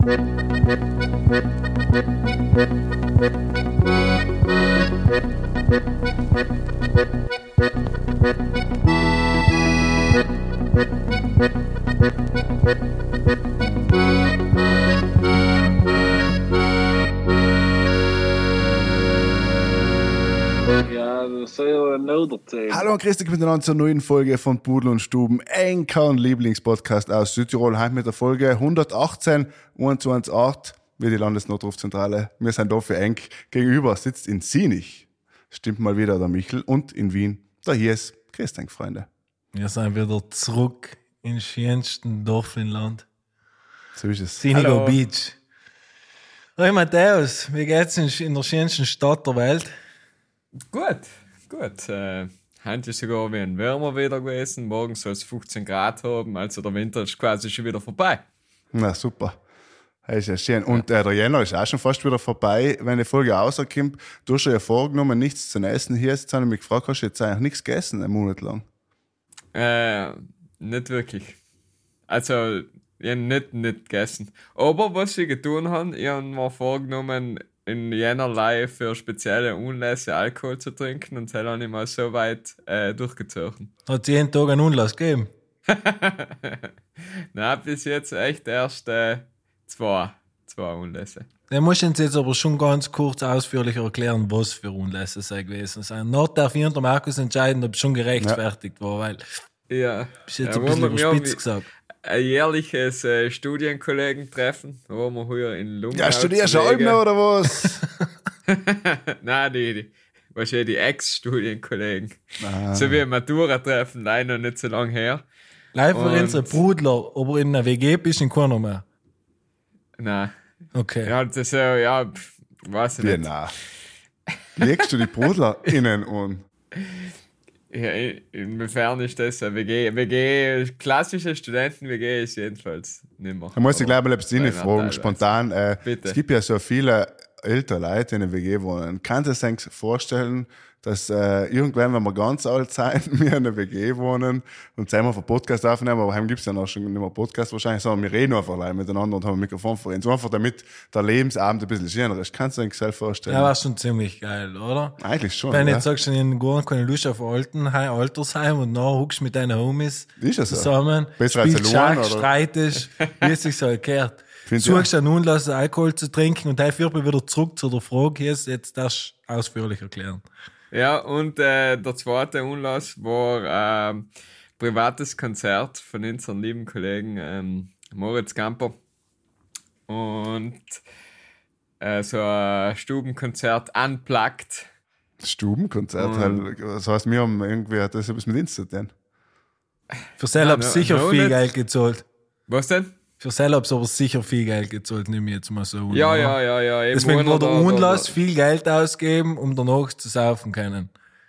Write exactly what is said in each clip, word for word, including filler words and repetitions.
Ja, das soll ja nodig sein. Hallo und grüß dich miteinander zur neuen Folge von Pudel und Stuben, Enker und Lieblingspodcast aus Südtirol. Heute mit der Folge hundertachtzehn, einundzwanzig acht, wie die Landesnotrufzentrale. Wir sind da für Enk. Gegenüber sitzt in Sinich, stimmt mal wieder der Michel, und in Wien der Hies. Grüß dich, Freunde. Wir sind wieder zurück im schönsten Dorf im Land. So ist es. Sinigo Beach. Hey Matthäus, wie geht's in der schönsten Stadt der Welt? Gut, gut. Äh, heute ist sogar wie ein Wärmer wieder gewesen. Morgen soll es fünfzehn Grad haben. Also der Winter ist quasi schon wieder vorbei. Na super. Das ist ja schön. Und äh, der Jänner ist auch schon fast wieder vorbei. Wenn die Folge rauskommt, du hast ja vorgenommen, nichts zu essen. Hier jetzt habe ich mich gefragt, hast du jetzt eigentlich nichts gegessen, einen Monat lang? Äh, nicht wirklich. Also, ich habe nicht, nicht gegessen. Aber was ich getan habe, ich habe mir vorgenommen, in jenerlei für spezielle Anlässe Alkohol zu trinken, und das habe ich mal so weit äh, durchgezogen. Hat es jeden Tag einen Anlass gegeben? Nein, bis jetzt echt erst äh, zwei, zwei Anlässe. Dann musst du uns jetzt aber schon ganz kurz ausführlicher erklären, was für Anlässe es gewesen sind. Nach darf ich und der Markus entscheiden, ob es schon gerechtfertigt ja. war, weil ja. Bist jetzt ja, ein bisschen wir, überspitzt gesagt. Ein jährliches äh, Studienkollegen-Treffen, wo wir hier in Lumnau Ja, studierst du auch noch, oder was? Nein, die, die, wahrscheinlich die Ex-Studienkollegen. Ah. So wie ein Matura-Treffen, leider noch nicht so lange her. Live für unsere Brudler, aber in einer W G bist du in keiner mehr? Nein. Okay. Ja, das ist ja, ja, pff, weiß ich ja, nicht. Nein. Legst du die Brudler innen an? Ja, inwiefern ist das eine W G? W G, klassische Studenten-W G ist jedenfalls nicht mehr. Da muss ich gleich mal etwas fragen, spontan. Äh, Bitte. Es gibt ja so viele ältere Leute, die in der W G wohnen. Kannst du dir vorstellen, dass äh, irgendwann, wenn wir ganz alt sind, wir in der W G wohnen und zweimal einen Podcast aufnehmen, aber heim gibt es ja noch schon nicht mehr Podcast wahrscheinlich, sondern wir reden einfach allein miteinander und haben ein Mikrofon vor uns. So einfach damit der Lebensabend ein bisschen schöner ist. Kannst du dir selbst vorstellen? Ja, war schon ziemlich geil, oder? Eigentlich schon. Wenn du ja. jetzt sagst, du hast gar keine Lust auf Altenheim, Altersheim und dann huckst mit deinen Homies ist das so? zusammen, Besser als spielst Luan, Schach, oder? streitest, wie es sich so erklärt. Find's Suchst ja. einen Anlass, Alkohol zu trinken, und dann führt mich wieder zurück zu der Frage, jetzt, jetzt das ausführlich erklären. Ja, und äh, der zweite Anlass war ein äh, privates Konzert von unseren lieben Kollegen ähm, Moritz Gamper. Und äh, so ein Stubenkonzert unplugged. Stubenkonzert, halt. Das heißt, wir haben irgendwie, das ist etwas mit Insta-Denn. Für Sellabs no, sicher no viel nicht. Geld gezahlt. Was denn? Für Sellabs aber sicher viel Geld gezahlt, nehme ich jetzt mal so an. Ja, ja, ja, ja. Eben Deswegen einer wurde der da- da- Anlass da- viel Geld ausgeben, um danach zu saufen können.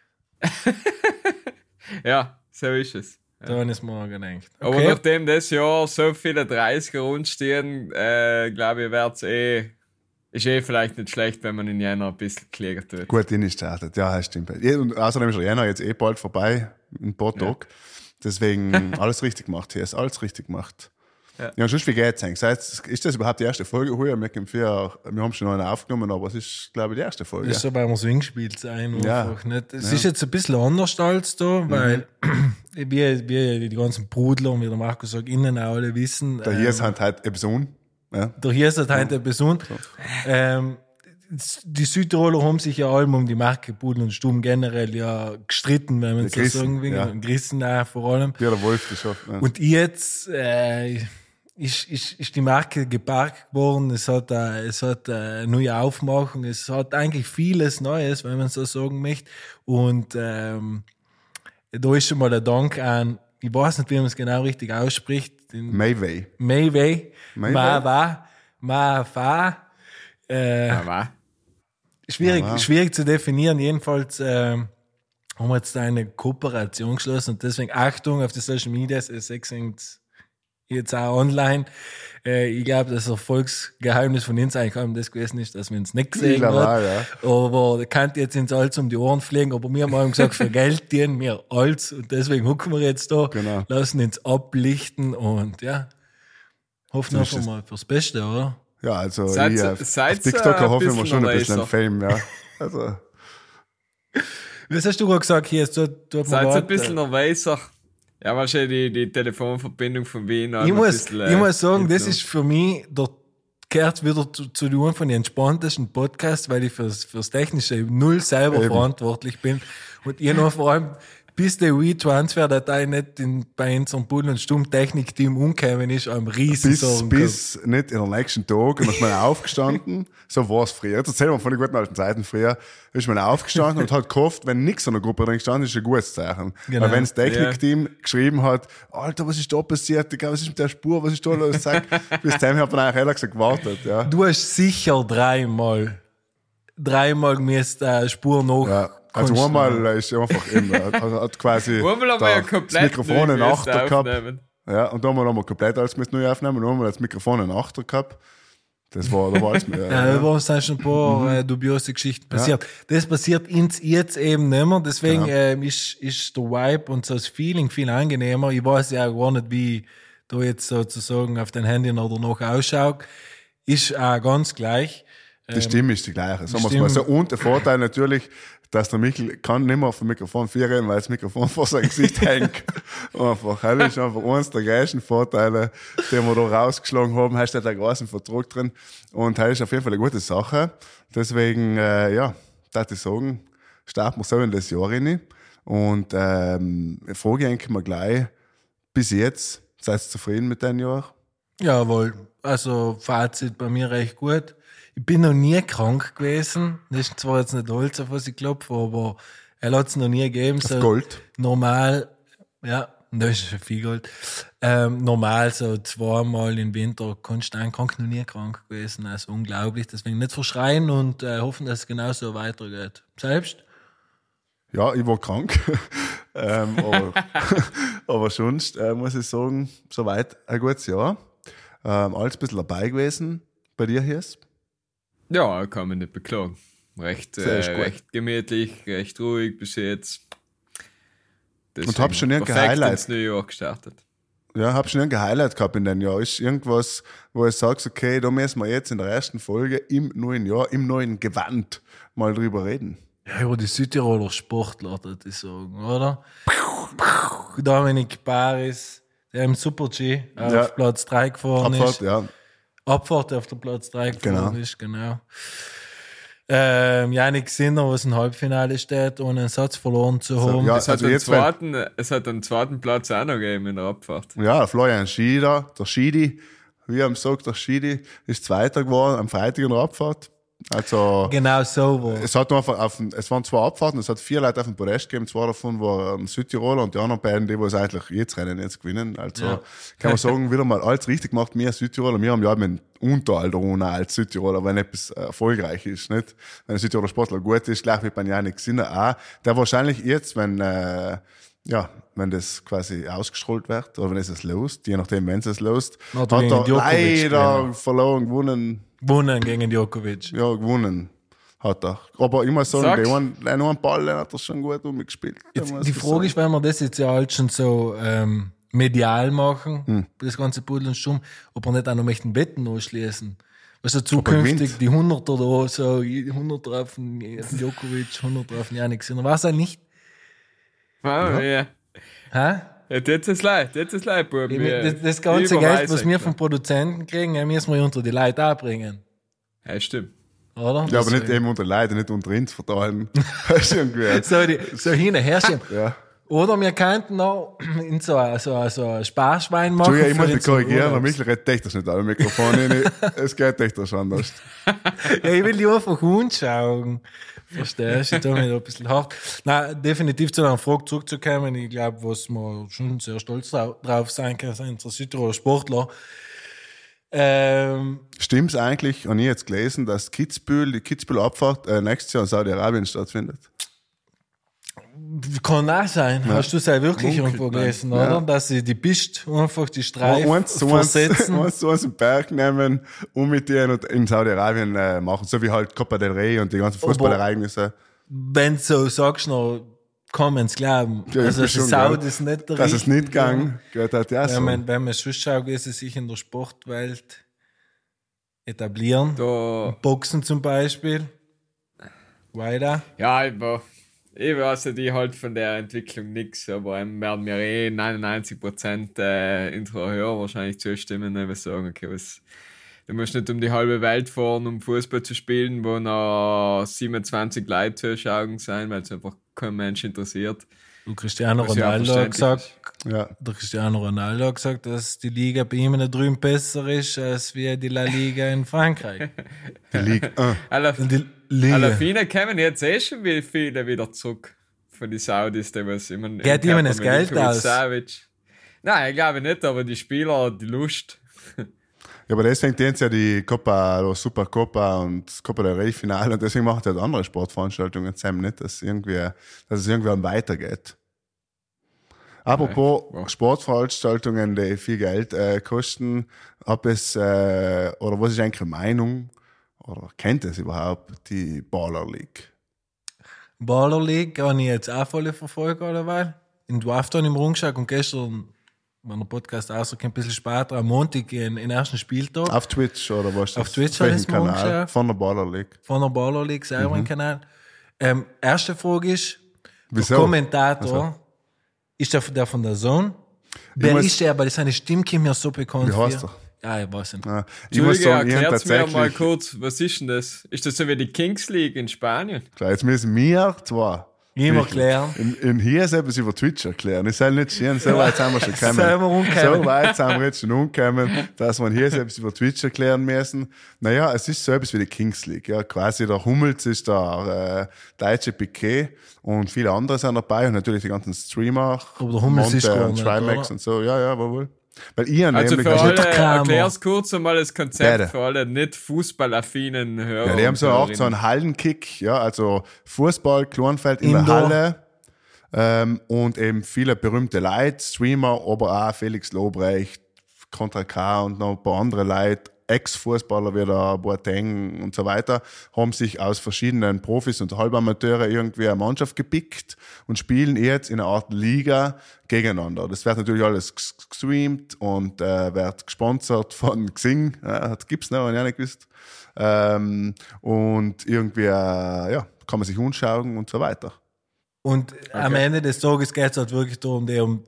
Ja, so ist es. Da ist mir gedacht. Aber Okay. nachdem das Jahr so viele dreißiger rumstehen, äh, glaube ich, wird's eh, ist eh vielleicht nicht schlecht, wenn man in Jänner ein bisschen kläger tut. Gut, die nicht startet. Ja, das stimmt. Ja, und außerdem ist der Jänner jetzt eh bald vorbei, in ein paar Tagen. Deswegen alles richtig gemacht hier, ist alles richtig gemacht. Ja. Ja, und sonst, wie geht's eigentlich? Seid- Ist das überhaupt die erste Folge? Heuer, wir, können für, wir haben schon eine aufgenommen, aber es ist, glaube ich, die erste Folge. Das ist so, weil wir Swing gespielt sein. Ja. Einfach nicht. Es Ja. ist jetzt ein bisschen anders als da, weil wir, wir die ganzen Brudler, wie der Markus sagt, innen auch alle wissen. Der hier ist halt halt etwas un. Ja. Der hier ist halt heute besonders. Ähm, die Südtiroler haben sich ja allem um die Marke Pudel und Stuben generell ja gestritten, wenn man so Gerissen, sagen will. ja. Und gerissen auch vor allem. Ja, der Wolf geschafft. Ja. Und jetzt äh, ist, ist, ist die Marke geparkt worden. Es hat, äh, es hat äh, eine neue Aufmachung. Es hat eigentlich vieles Neues, wenn man so sagen möchte. Und ähm, da ist schon mal der Dank an, ich weiß nicht, wie man es genau richtig ausspricht. Den Mayway. Mayway. Mayway. Mawa. Mawa. Äh, Aber schwierig, Ja, wow. schwierig zu definieren. Jedenfalls äh, haben wir jetzt eine Kooperation geschlossen und deswegen Achtung auf die Social Media, es ist jetzt auch online. Äh, ich glaube, das Erfolgsgeheimnis von uns eigentlich haben das gewesen ist, dass wir uns nicht gesehen Ich glaube auch, haben. ja. Aber da kann jetzt ins alles um die Ohren fliegen. Aber wir haben auch gesagt, für Geld dienen wir alles und deswegen hucken wir jetzt da, Genau. lassen uns ablichten und ja, hoffen So ist einfach es. mal fürs Beste, oder? Ja, also Seid- ich, auf, seid auf TikTok ein hoffe ich mir bisschen schon ein bisschen Racer. Fame, ja. Also, Was hast du gerade gesagt? Hier, so, tut mir Seid ihr grad, ein bisschen äh, nervöser? Ja, wahrscheinlich die, die Telefonverbindung von Wien. auch ich ein muss, bisschen, äh, ich muss sagen, das hinten. ist für mich, der gehört wieder zu, zu einem von den entspanntesten Podcasts, weil ich fürs, fürs Technische null selber Eben. verantwortlich bin. Und ich noch vor allem, bis die WeTransfer-Datei nicht in, bei unserem Bull- und Stumm-Technik-Team umgekommen ist, am riesen bis, Sorgen bis nicht in den nächsten Tag und dann ist man aufgestanden. So war es früher. Jetzt erzählen wir von den guten alten Zeiten früher. Ist man aufgestanden und hat gehofft, wenn nichts an der Gruppe drin gestanden ist, ist ein gutes Zeichen. Genau. Weil wenn das Technikteam geschrieben hat, Alter, was ist da passiert? Digga, was ist mit der Spur? Was ist da los? Sag, bis dahin hat man eigentlich ehrlich gesagt gewartet, ja. Du hast sicher dreimal, dreimal gemäß äh, Spur noch. Ja, also konst- einmal ist einfach immer, also hat quasi Einmal haben wir ja da komplett das Mikrofon neu in müssen Achter gehabt. aufnehmen. Ja, und da haben wir nochmal komplett alles mit neu aufnehmen und dann haben wir das Mikrofon in Achter gehabt. Das war, da war alles mehr. Ja, ja. da waren dann schon ein paar äh, dubiose Geschichten passiert. Das passiert ins jetzt eben nicht mehr. Deswegen Genau. ähm, ist, ist der Vibe und so das Feeling viel angenehmer. Ich weiß ja auch gar nicht, wie da jetzt sozusagen auf den Handy oder noch ausschaut. Ist auch ganz gleich. Die Stimme ist die gleiche, sagen wir Stimme- mal so. Und der Vorteil natürlich, dass der Michel kann nicht mehr auf dem Mikrofon führen, weil das Mikrofon vor seinem Gesicht hängt. Einfach, das ist einfach eins der größten Vorteile, die wir da rausgeschlagen haben. Da steht ein großen Vertrag drin. Und das ist auf jeden Fall eine gute Sache. Deswegen, äh, ja, darf ich sagen, starten wir so in das Jahr rein. Und ähm, ich frage eigentlich mal gleich, bis jetzt, seid ihr zufrieden mit dem Jahr? Jawohl. Also Fazit bei mir recht gut. Ich bin noch nie krank gewesen. Das ist zwar jetzt nicht Holz, auf was ich klopfe, aber er hat es noch nie gegeben. So Gold. Normal, ja, das ist schon viel Gold. Ähm, normal so zweimal im Winter konstant krank, noch nie krank gewesen. Also unglaublich. Deswegen nicht verschreien und äh, hoffen, dass es genauso weitergeht. Selbst? Ja, ich war krank. ähm, aber, aber sonst äh, muss ich sagen, soweit ein gutes Jahr. Ähm, alles ein bisschen dabei gewesen. Bei dir hier ist? Ja, kann man nicht beklagen. Recht, Sehr äh, gut. recht gemütlich, recht ruhig bis jetzt. Und hab schon irgendein perfekt Highlight? ins neue Jahr gestartet. Ja, hab schon irgendein Highlight gehabt in dem Jahr. Ist irgendwas, wo ich sagst, okay, da müssen wir jetzt in der ersten Folge im neuen Jahr, im neuen Gewand mal drüber reden. Ja, über die Südtiroler Sportler, würde ich sagen, oder? Dominik Paris, der im Super-G auf Ja. Platz drei gefahren Abfahrt, ist. ja. Abfahrt auf der Platz drei gefahren Genau. ist, genau. Ähm, Janik Sinner, was im Halbfinale steht, ohne einen Satz verloren zu haben. ja. Es hat, Also einen jetzt, wenn- zweiten, es hat einen zweiten Platz auch noch gegeben in der Abfahrt. Ja, Florian Schieder, der Schidi, wie er sagt, der Schidi, ist Zweiter geworden am Freitag in der Abfahrt. Also, Genau so war es hat nur einfach auf, dem- es waren zwei Abfahrten, es hat vier Leute auf dem Podest gegeben, zwei davon waren Südtiroler und die anderen beiden, die was eigentlich jetzt Rennen jetzt gewinnen. Also Ja. kann man sagen, wieder mal alles richtig gemacht, wir Südtiroler, wir haben ja mit Unterteil der Runde als Südtiroler, wenn etwas erfolgreich ist, nicht? Wenn ein Südtiroler Sportler gut ist, gleich wie bei Janik Sinner auch, der wahrscheinlich jetzt, wenn, äh, ja, wenn das quasi ausgestrahlt wird, oder wenn es es lost, je nachdem, wenn es es lost, Hat hat er er gegen Djokovic leider gewonnen. verloren, gewonnen, gewonnen gegen Djokovic. ja, gewonnen hat er. Aber ich muss sagen, Sag's. den einen, den einen Ball den hat er schon gut umgespielt. Jetzt, die Frage ist, wenn wir das jetzt ja halt schon so ähm, medial machen, Hm. das ganze Pudel und Stumm, ob wir nicht auch noch möchten Wetten anschließen. Also er zukünftig gewinnt. die Hunderter da, so Hunderter auf den Djokovic, Hunderter auf den Janik Sinner. Was auch nicht? Ah, ja. Hä? Ja, das ist leid, das ist leid, Bub. Wir- Das, das ganze ich Geld, überweise was wir extra. vom Produzenten kriegen, ja, müssen wir unter die Leute auch bringen. Ja, stimmt. Oder? Ja, aber nicht Deswegen. eben unter Leute, nicht unter uns verteilen. Das ist irgendwie. So, die, so hin und her schieben. Ja. Oder wir könnten noch in so, ein- so, ein- so ein Sparschwein machen. Entschuldigung, ich muss für mich den korrigieren, der Urlaubs- Michel redet technisch nicht alle Mikrofone rein. Es geht technisch anders. Ja, ich will die einfach anschauen. Verstehst du? Ich tue mich da ein bisschen hart. Nein, definitiv zu einer Frage zurückzukommen. Ich glaube, was wir schon sehr stolz drau- drauf sein können, sind unsere Südtiroler Sportler. Ähm, Stimmt's eigentlich, habe ich jetzt gelesen, dass Kitzbühel, die Kitzbühel-Abfahrt äh, nächstes Jahr in Saudi-Arabien stattfindet? kann auch sein. Hast du es ja wirklich Munkelt irgendwo man. gelesen, Ja. oder? Dass sie die Pist einfach die Streifen Eins zu eins, versetzen. eins zu eins im Berg nehmen und mit denen und in Saudi-Arabien äh, machen. So wie halt Copa del Rey und die ganzen Fußballereignisse. Wenn du so sagst, noch kann man es glauben. Ja, also, irgendwie die schon, Sau gell? ist nicht der Dass es nicht richtige. gegangen, gehört halt ja so. Wenn man, wenn man sonst schaut, wie sie sich in der Sportwelt etablieren. Da, Boxen zum Beispiel. Weiter. ja, ich, war, ich weiß ja die halt von der Entwicklung nichts, aber ähm, werden mir eh neunundneunzig Prozent äh, unserer Hörer wahrscheinlich zustimmen, wenn wir sagen, okay, was, du musst nicht um die halbe Welt fahren, um Fußball zu spielen, wo noch siebenundzwanzig Leute zuschauen sein, weil es einfach kein Mensch interessiert. Und Cristiano Was ja Ronaldo hat verständlich gesagt, Ja. der Cristiano Ronaldo hat gesagt, dass die Liga bei ihm da drüben besser ist, als wie die La Liga in Frankreich. Die Liga. Äh. Alle, Und die Liga. alle Fine kommen jetzt eh schon wie viele wieder zurück von den Saudis, die was immer. Geht ihnen das Geld aus? Savic. Nein, ich glaube nicht, aber die Spieler, die Lust. Ja, aber deswegen tun sie ja die Copa, oder Supercopa und das Copa del Rey Finale und deswegen machen sie halt andere Sportveranstaltungen zusammen nicht, dass, irgendwie, dass es irgendwann weitergeht. Apropos Ja. Sportveranstaltungen, die viel Geld äh, kosten, ob es, äh, oder was ist eigentlich eine Meinung, oder kennt es überhaupt, die Baller League? Baller League habe ich jetzt auch voll verfolgt, oder weil? In Dwarfton im Rundschlag und gestern, wenn der Podcast rauskommt, ein bisschen später, am Montag, den, den ersten Spieltag. Auf Twitch oder was? Auf Twitch Welchen habe ich es mir Kanal? angeschaut. Von der Baller League. Von der Baller League, selber Mhm. im Kanal. Ähm, erste Frage ist, Wieso? der Kommentator, Also. ist der, der von der Zone? Wer muss- ist der? Aber seine Stimme kommt mir so bekannt Wie heißt vor. er? Ja, ich weiß nicht. Ja, ich muss Entschuldige, sagen, ich habe erklärt mir mal tatsächlich, kurz, was ist denn das? Ist das so wie die Kings League in Spanien? klar, jetzt müssen wir zwei Ihm wirklich erklären. In, in hier ist etwas über Twitch erklären. Ich soll nicht schön, so weit sind wir schon gekommen. Sind wir umgekommen. So weit sind wir jetzt schon umgekommen, dass wir hier etwas über Twitch erklären müssen. Naja, es ist so etwas wie die Kings League. Ja, quasi der Hummels ist der äh, deutsche Piquet und viele andere sind dabei und natürlich die ganzen Streamer. Aber der Hummels ist Monte gar und nicht, Trimax oder? und so. Ja, ja, wohl. Weil ihr Also nämlich... für nicht der alle, Kramer. erklär's kurz einmal das Konzept Beide. für alle nicht fußballaffinen Hörer. Ja, die haben so und auch Hörerinnen. so einen Hallenkick, ja, also Fußball, Kleinfeld in Indoor. der Halle ähm, und eben viele berühmte Leute, Streamer, aber auch Felix Lobrecht, Contra K und noch ein paar andere Leute, Ex-Fußballer wie der Boateng und so weiter, haben sich aus verschiedenen Profis und Halbamateure irgendwie eine Mannschaft gepickt und spielen jetzt in einer Art Liga gegeneinander. Das wird natürlich alles ges- gestreamt und äh, wird gesponsert von Xing, ja, das gibt's noch, habe ich auch nicht gewusst. Ähm, und irgendwie, äh, ja, kann man sich anschauen und so weiter. Und am Ende des Tages geht es halt wirklich darum, die um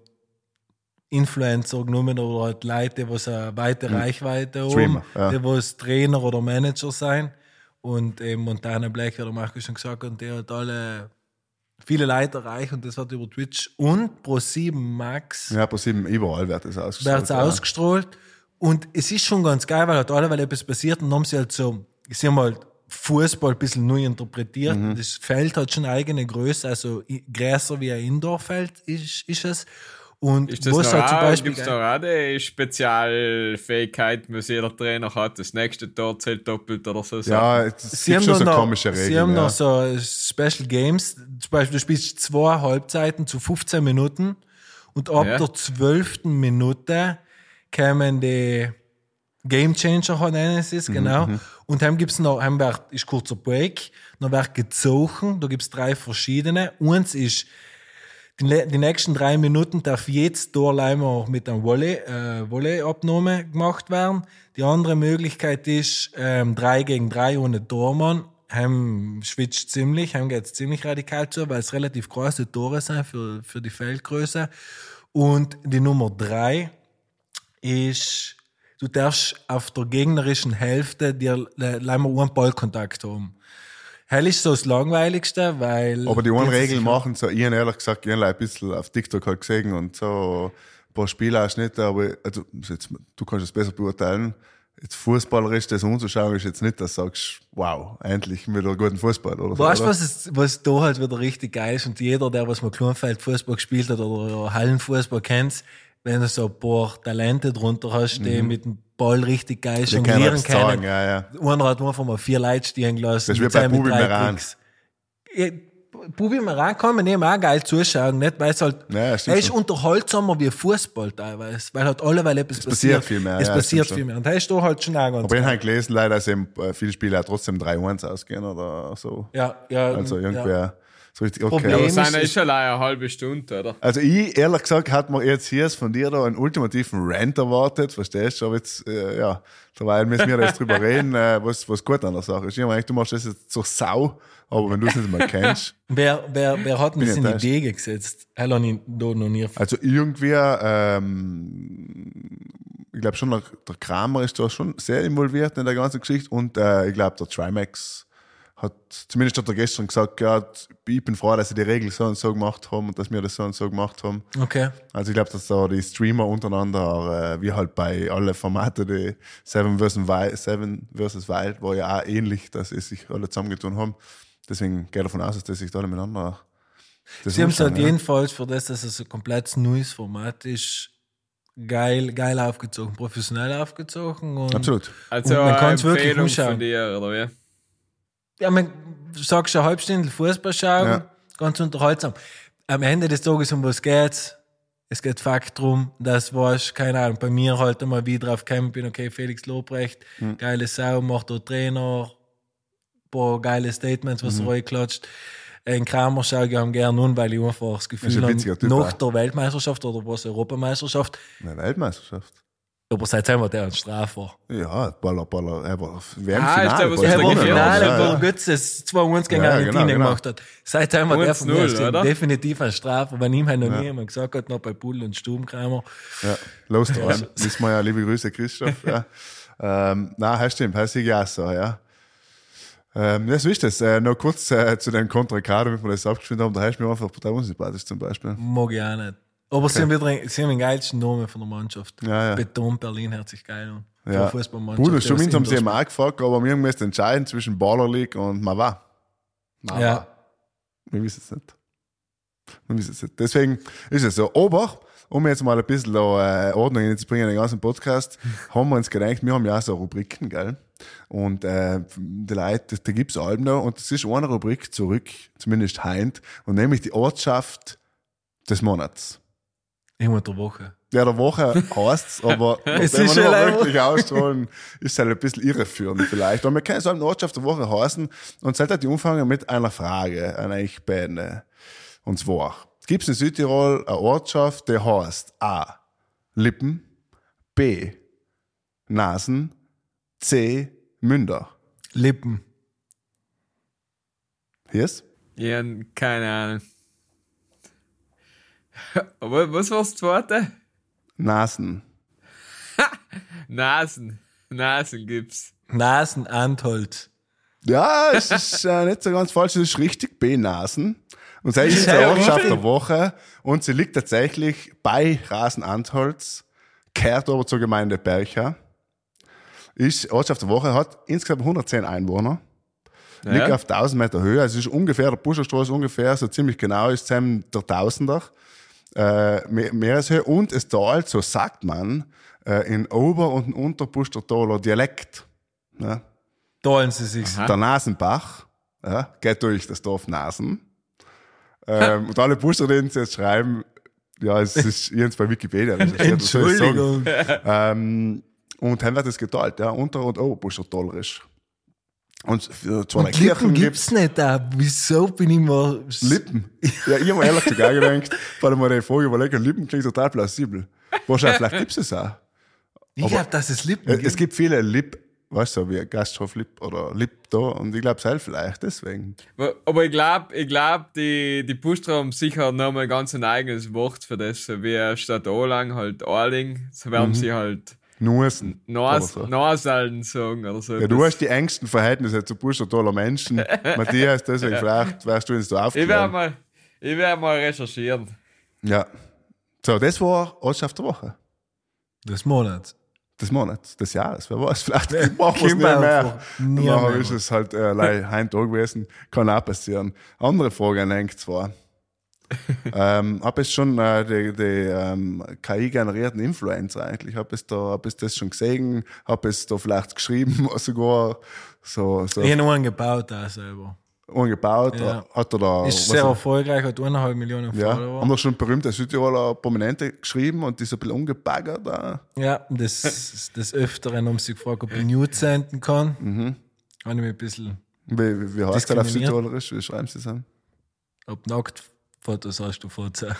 Influencer genommen oder halt Leute, die eine weite Reichweite haben, Streamer, ja. die was Trainer oder Manager sein. Und eben Montana Black, wie der Marco schon gesagt hat, und die hat alle viele Leute erreichen und das wird über Twitch und Pro sieben Max Ja, pro sieben überall wird das ausgestrahlt. wird es ausgestrahlt. Und es ist schon ganz geil, weil halt alle, weil etwas passiert und dann haben sie halt so, sie haben halt Fußball ein bisschen neu interpretiert. Mhm. Das Feld hat schon eine eigene Größe, also i- größer wie ein Indoorfeld ist, ist es. Und Ist das wo noch es halt zum auch, Beispiel gibt's noch auch die Spezialfähigkeit, was jeder Trainer hat, das nächste Tor zählt doppelt oder so? Ja, es Sie gibt haben, schon noch so noch, komische Regeln. sie haben ja. noch so Special Games. Zum Beispiel, du spielst zwei Halbzeiten zu fünfzehn Minuten und ab Ja. der zwölften Minute kommen die Game Changer, nennen sie es, genau. Und dann gibt's noch, dann wird, ist kurzer Break, dann wird gezogen, da gibt's drei verschiedene. Eins ist, die, le- die nächsten drei Minuten darf jedes Tor leider mit einem Volley, äh, Volley-Abnahme gemacht werden. Die andere Möglichkeit ist, ähm, drei gegen drei ohne Tormann. Heim schwitzt ziemlich, heim geht's ziemlich radikal zu, weil es relativ große Tore sind für, für die Feldgröße. Und die Nummer drei ist, du darfst auf der gegnerischen Hälfte dir le- leider einen Ballkontakt haben. Hell ist so das Langweiligste, weil... Aber die einen das ist Regeln ja- machen so, ich habe ehrlich gesagt, ich habe ein bisschen auf TikTok halt gesehen und so ein paar Spielausschnitte, aber also, jetzt, du kannst es besser beurteilen. Jetzt fußballerisch das anzuschauen, ist jetzt nicht, dass du sagst, wow, endlich wieder einen guten Fußball oder so. Weißt du, oder? was, es- was da halt wieder richtig geil ist? Und jeder, der was mal Kleinfeld-Fußball gespielt hat oder Hallenfußball kennt, wenn du so ein paar Talente drunter hast, die mit dem Ball richtig geil Die können jonglieren etwas sagen, können. ja, ja. Einer hat einfach mal vier Leute stehen gelassen. Das ist wie mit bei zwei mit Bubi drei Meran. Tricks. Ja, Bubi Meran kann man eben auch geil zuschauen, nicht? Weil es halt, Ja, stimmt er ist schon. unterhaltsamer wie Fußball teilweise, weil halt alle, weil etwas passiert passiert. viel mehr, Es ja, passiert stimmt viel schon. mehr. Und er ist da halt schon auch ganz Aber ich geil. habe gelesen, leider, dass eben äh, viele Spiele auch trotzdem drei eins ausgehen oder so. Ja, ja. Also irgendwie, ja. So richtig, okay. Problem Aber ist, seine ist- ist schon eine halbe Stunde, oder? Also ich, ehrlich gesagt, hat man jetzt hier von dir da einen ultimativen Rant erwartet, verstehst du? Aber jetzt, äh, ja, derweil müssen wir jetzt drüber reden, äh, was, was gut an der Sache ist. Ich meine, du machst das jetzt zur Sau, aber wenn du es nicht mal kennst. Wer, wer, wer hat denn Bin das in die enttäuscht. Wege gesetzt? Hell habe ich da noch nie. Also irgendwie, ähm, ich glaube schon, der, der Kramer ist da schon sehr involviert in der ganzen Geschichte und äh, ich glaube, der Trimax hat, zumindest hat er gestern gesagt, ja, ich bin froh, dass sie die Regeln so und so gemacht haben und dass wir das so und so gemacht haben. Okay. Also ich glaube, dass da die Streamer untereinander, äh, wie halt bei allen Formaten, die Seven versus. Wild, Seven versus. Wild war ja auch ähnlich, dass sie sich alle zusammengetan haben. Deswegen gehe ich davon aus, dass die sich da alle miteinander das Sie haben es anschauen, halt ja. jedenfalls, für das, dass es ein komplett neues Format ist, geil, geil aufgezogen, professionell aufgezogen. Und Absolut. Also Und man eine kann's wirklich Empfehlung anschauen. von dir, oder wie? Ja, man sagst eine Halbstunde Fußball schauen, Ja. ganz unterhaltsam. Am Ende des Tages, um was geht's? Es geht Fakt drum, dass was, keine Ahnung, bei mir halt einmal wieder drauf gekommen bin, okay, Felix Lobrecht, Mhm. geile Sau, macht der Trainer, paar geile Statements, was Mhm. er reinklatscht. Ein Kramer schaue ich am gerne an, weil ich einfach das Gefühl Ist ein habe, witziger Typ, nach auch. der Weltmeisterschaft oder was, Europameisterschaft, Eine Weltmeisterschaft. aber seitdem war der ein Strafer. Ja, Baller, Baller, er war Ah, ist WM-Finale. der, was Baller, Er der war im gewonnen Finale, ja, wo ja. Götze das zwei eins gegen Ja, Argentinien genau, genau. gemacht hat. Seitdem hat er von mir eins null, stimmt, oder? definitiv ein Strafe. Wenn ihm halt noch nie jemand gesagt hat, noch bei Bull und Sturmkramer. Ja, los dran. Wissen wir ja, liebe Grüße, Christoph. Ja. Ähm, nein, das stimmt, das sehe ich auch so, ja. Ähm, das ist das. Äh, noch kurz äh, zu den Contra Card, damit wir das abgespielt haben, da heißt mir einfach total unsympathisch zum Beispiel. Mag ich auch nicht. Aber sie haben wieder sie haben den geilsten Namen von der Mannschaft. Ja, ja. Beton Berlin hört sich geil an. Für Ja. eine Fußballmannschaft. Bruder, die schon aus haben sie Indoor ihm auch gefragt, aber wir müssen entscheiden zwischen Baller League und Mava. Mava. Ja. Wir wissen es nicht. Wir wissen es nicht. Deswegen ist es so. Aber, um jetzt mal ein bisschen da, äh, Ordnung reinzubringen in den ganzen Podcast, haben wir uns gedacht, wir haben ja auch so Rubriken, gell? Und äh, die Leute, da gibt es Alben noch und es ist eine Rubrik zurück, zumindest heint, und nämlich die Ortschaft des Monats. Immer der Woche. Ja, der Woche heißt es, aber Es wenn ist wir schon noch leider- wirklich ausstrahlen, ist es halt ein bisschen irreführend vielleicht. Aber wir können es halt eine Ortschaft der Woche heißen und es halt die umfangen mit einer Frage an euch beiden. Und zwar, gibt es in Südtirol eine Ortschaft, die heißt A. Lippen, B. Nasen, C. Münder. Lippen. Hier ist? Ich hab keine Ahnung. Aber was war das zweite? Nasen. Nasen. Nasen gibt's. Nasen Antholz. Ja, es ist äh, nicht so ganz falsch, es ist richtig B-Nasen. Und sie ist Ja, die Ortschaft richtig. der Woche und sie liegt tatsächlich bei Rasen-Antholz, kehrt aber zur Gemeinde Bercha. Ist Ortschaft der Woche, hat insgesamt hundertzehn Einwohner, liegt Ja. auf tausend Meter Höhe, also es ist ungefähr, der Buscherstraße ungefähr, so ziemlich genau ist zusammen der Tausender, äh, Me- Meereshöhe und es talt, so sagt man, äh, in Ober- und Unterpustertaler Dialekt. Ja. Teilen sie sich. Der Nasenbach, ja, geht durch das Dorf Nasen. Ähm, und alle Busser, die uns jetzt schreiben, ja, es ist jetzt bei Wikipedia. Das steht, was soll ich sagen? Entschuldigung. Ähm, und dann wird es geteilt, ja, Unter- und Oberbuscher tollerisch. Und für zwei Und Lippen gibt's nicht da. Wieso bin ich mal... Lippen. Ja, ich habe mir ehrlich gesagt auch gedacht, weil ich mir die Frage überlege, Lippen klingt total plausibel. Wahrscheinlich, vielleicht gibt es es auch. Ich glaube, dass es Lippen Es, gibt. es gibt viele Lip, weißt du, wie Gasthof Lip oder Lip da, und ich glaube, es hilft vielleicht deswegen. Aber ich glaube, ich glaub, die, die Pustra haben sicher nochmal ganz ein eigenes Wort für das. So wie statt Olang halt Orling, so werden sie halt Nussen. Nas, oder so. Nasalden sagen oder so. Ja, du Das- hast die engsten Verhältnisse zu Buschertaler Menschen. Matthias, deswegen vielleicht wärst du uns da ich werde aufklären. mal, ich werd mal recherchieren. Ja. So, das war Ortschaft der Woche. Des Monats. Des Monats, des Jahres, wer weiß, vielleicht machen wir es nicht Können wir mehr. einfach nie Nachher mehr. ist es halt äh, leider ein Tag gewesen, kann auch passieren. Andere Frage an euch zwar. ähm, hab es schon äh, die, die ähm, K I-generierten Influencer eigentlich, hab es da, hab es das schon gesehen, hab es da vielleicht geschrieben, sogar so, so Ich habe nur einen gebaut da selber. umgebaut, Ja. hat er da, Ist was sehr er- erfolgreich, hat eineinhalb Millionen ja, Follower. haben da schon berühmte Südtiroler Prominente geschrieben und die so ein bisschen umgebaggert da. Ja, das, des Öfteren haben sie gefragt, ob ich Nudes senden kann. Mhm. Habe ich mich ein bisschen... Wie, wie, wie heißt das auf Diskriminiert. Südtirolerisch? Wie schreiben sie es an? Ob Nacktfotos hast du vorgezeigt.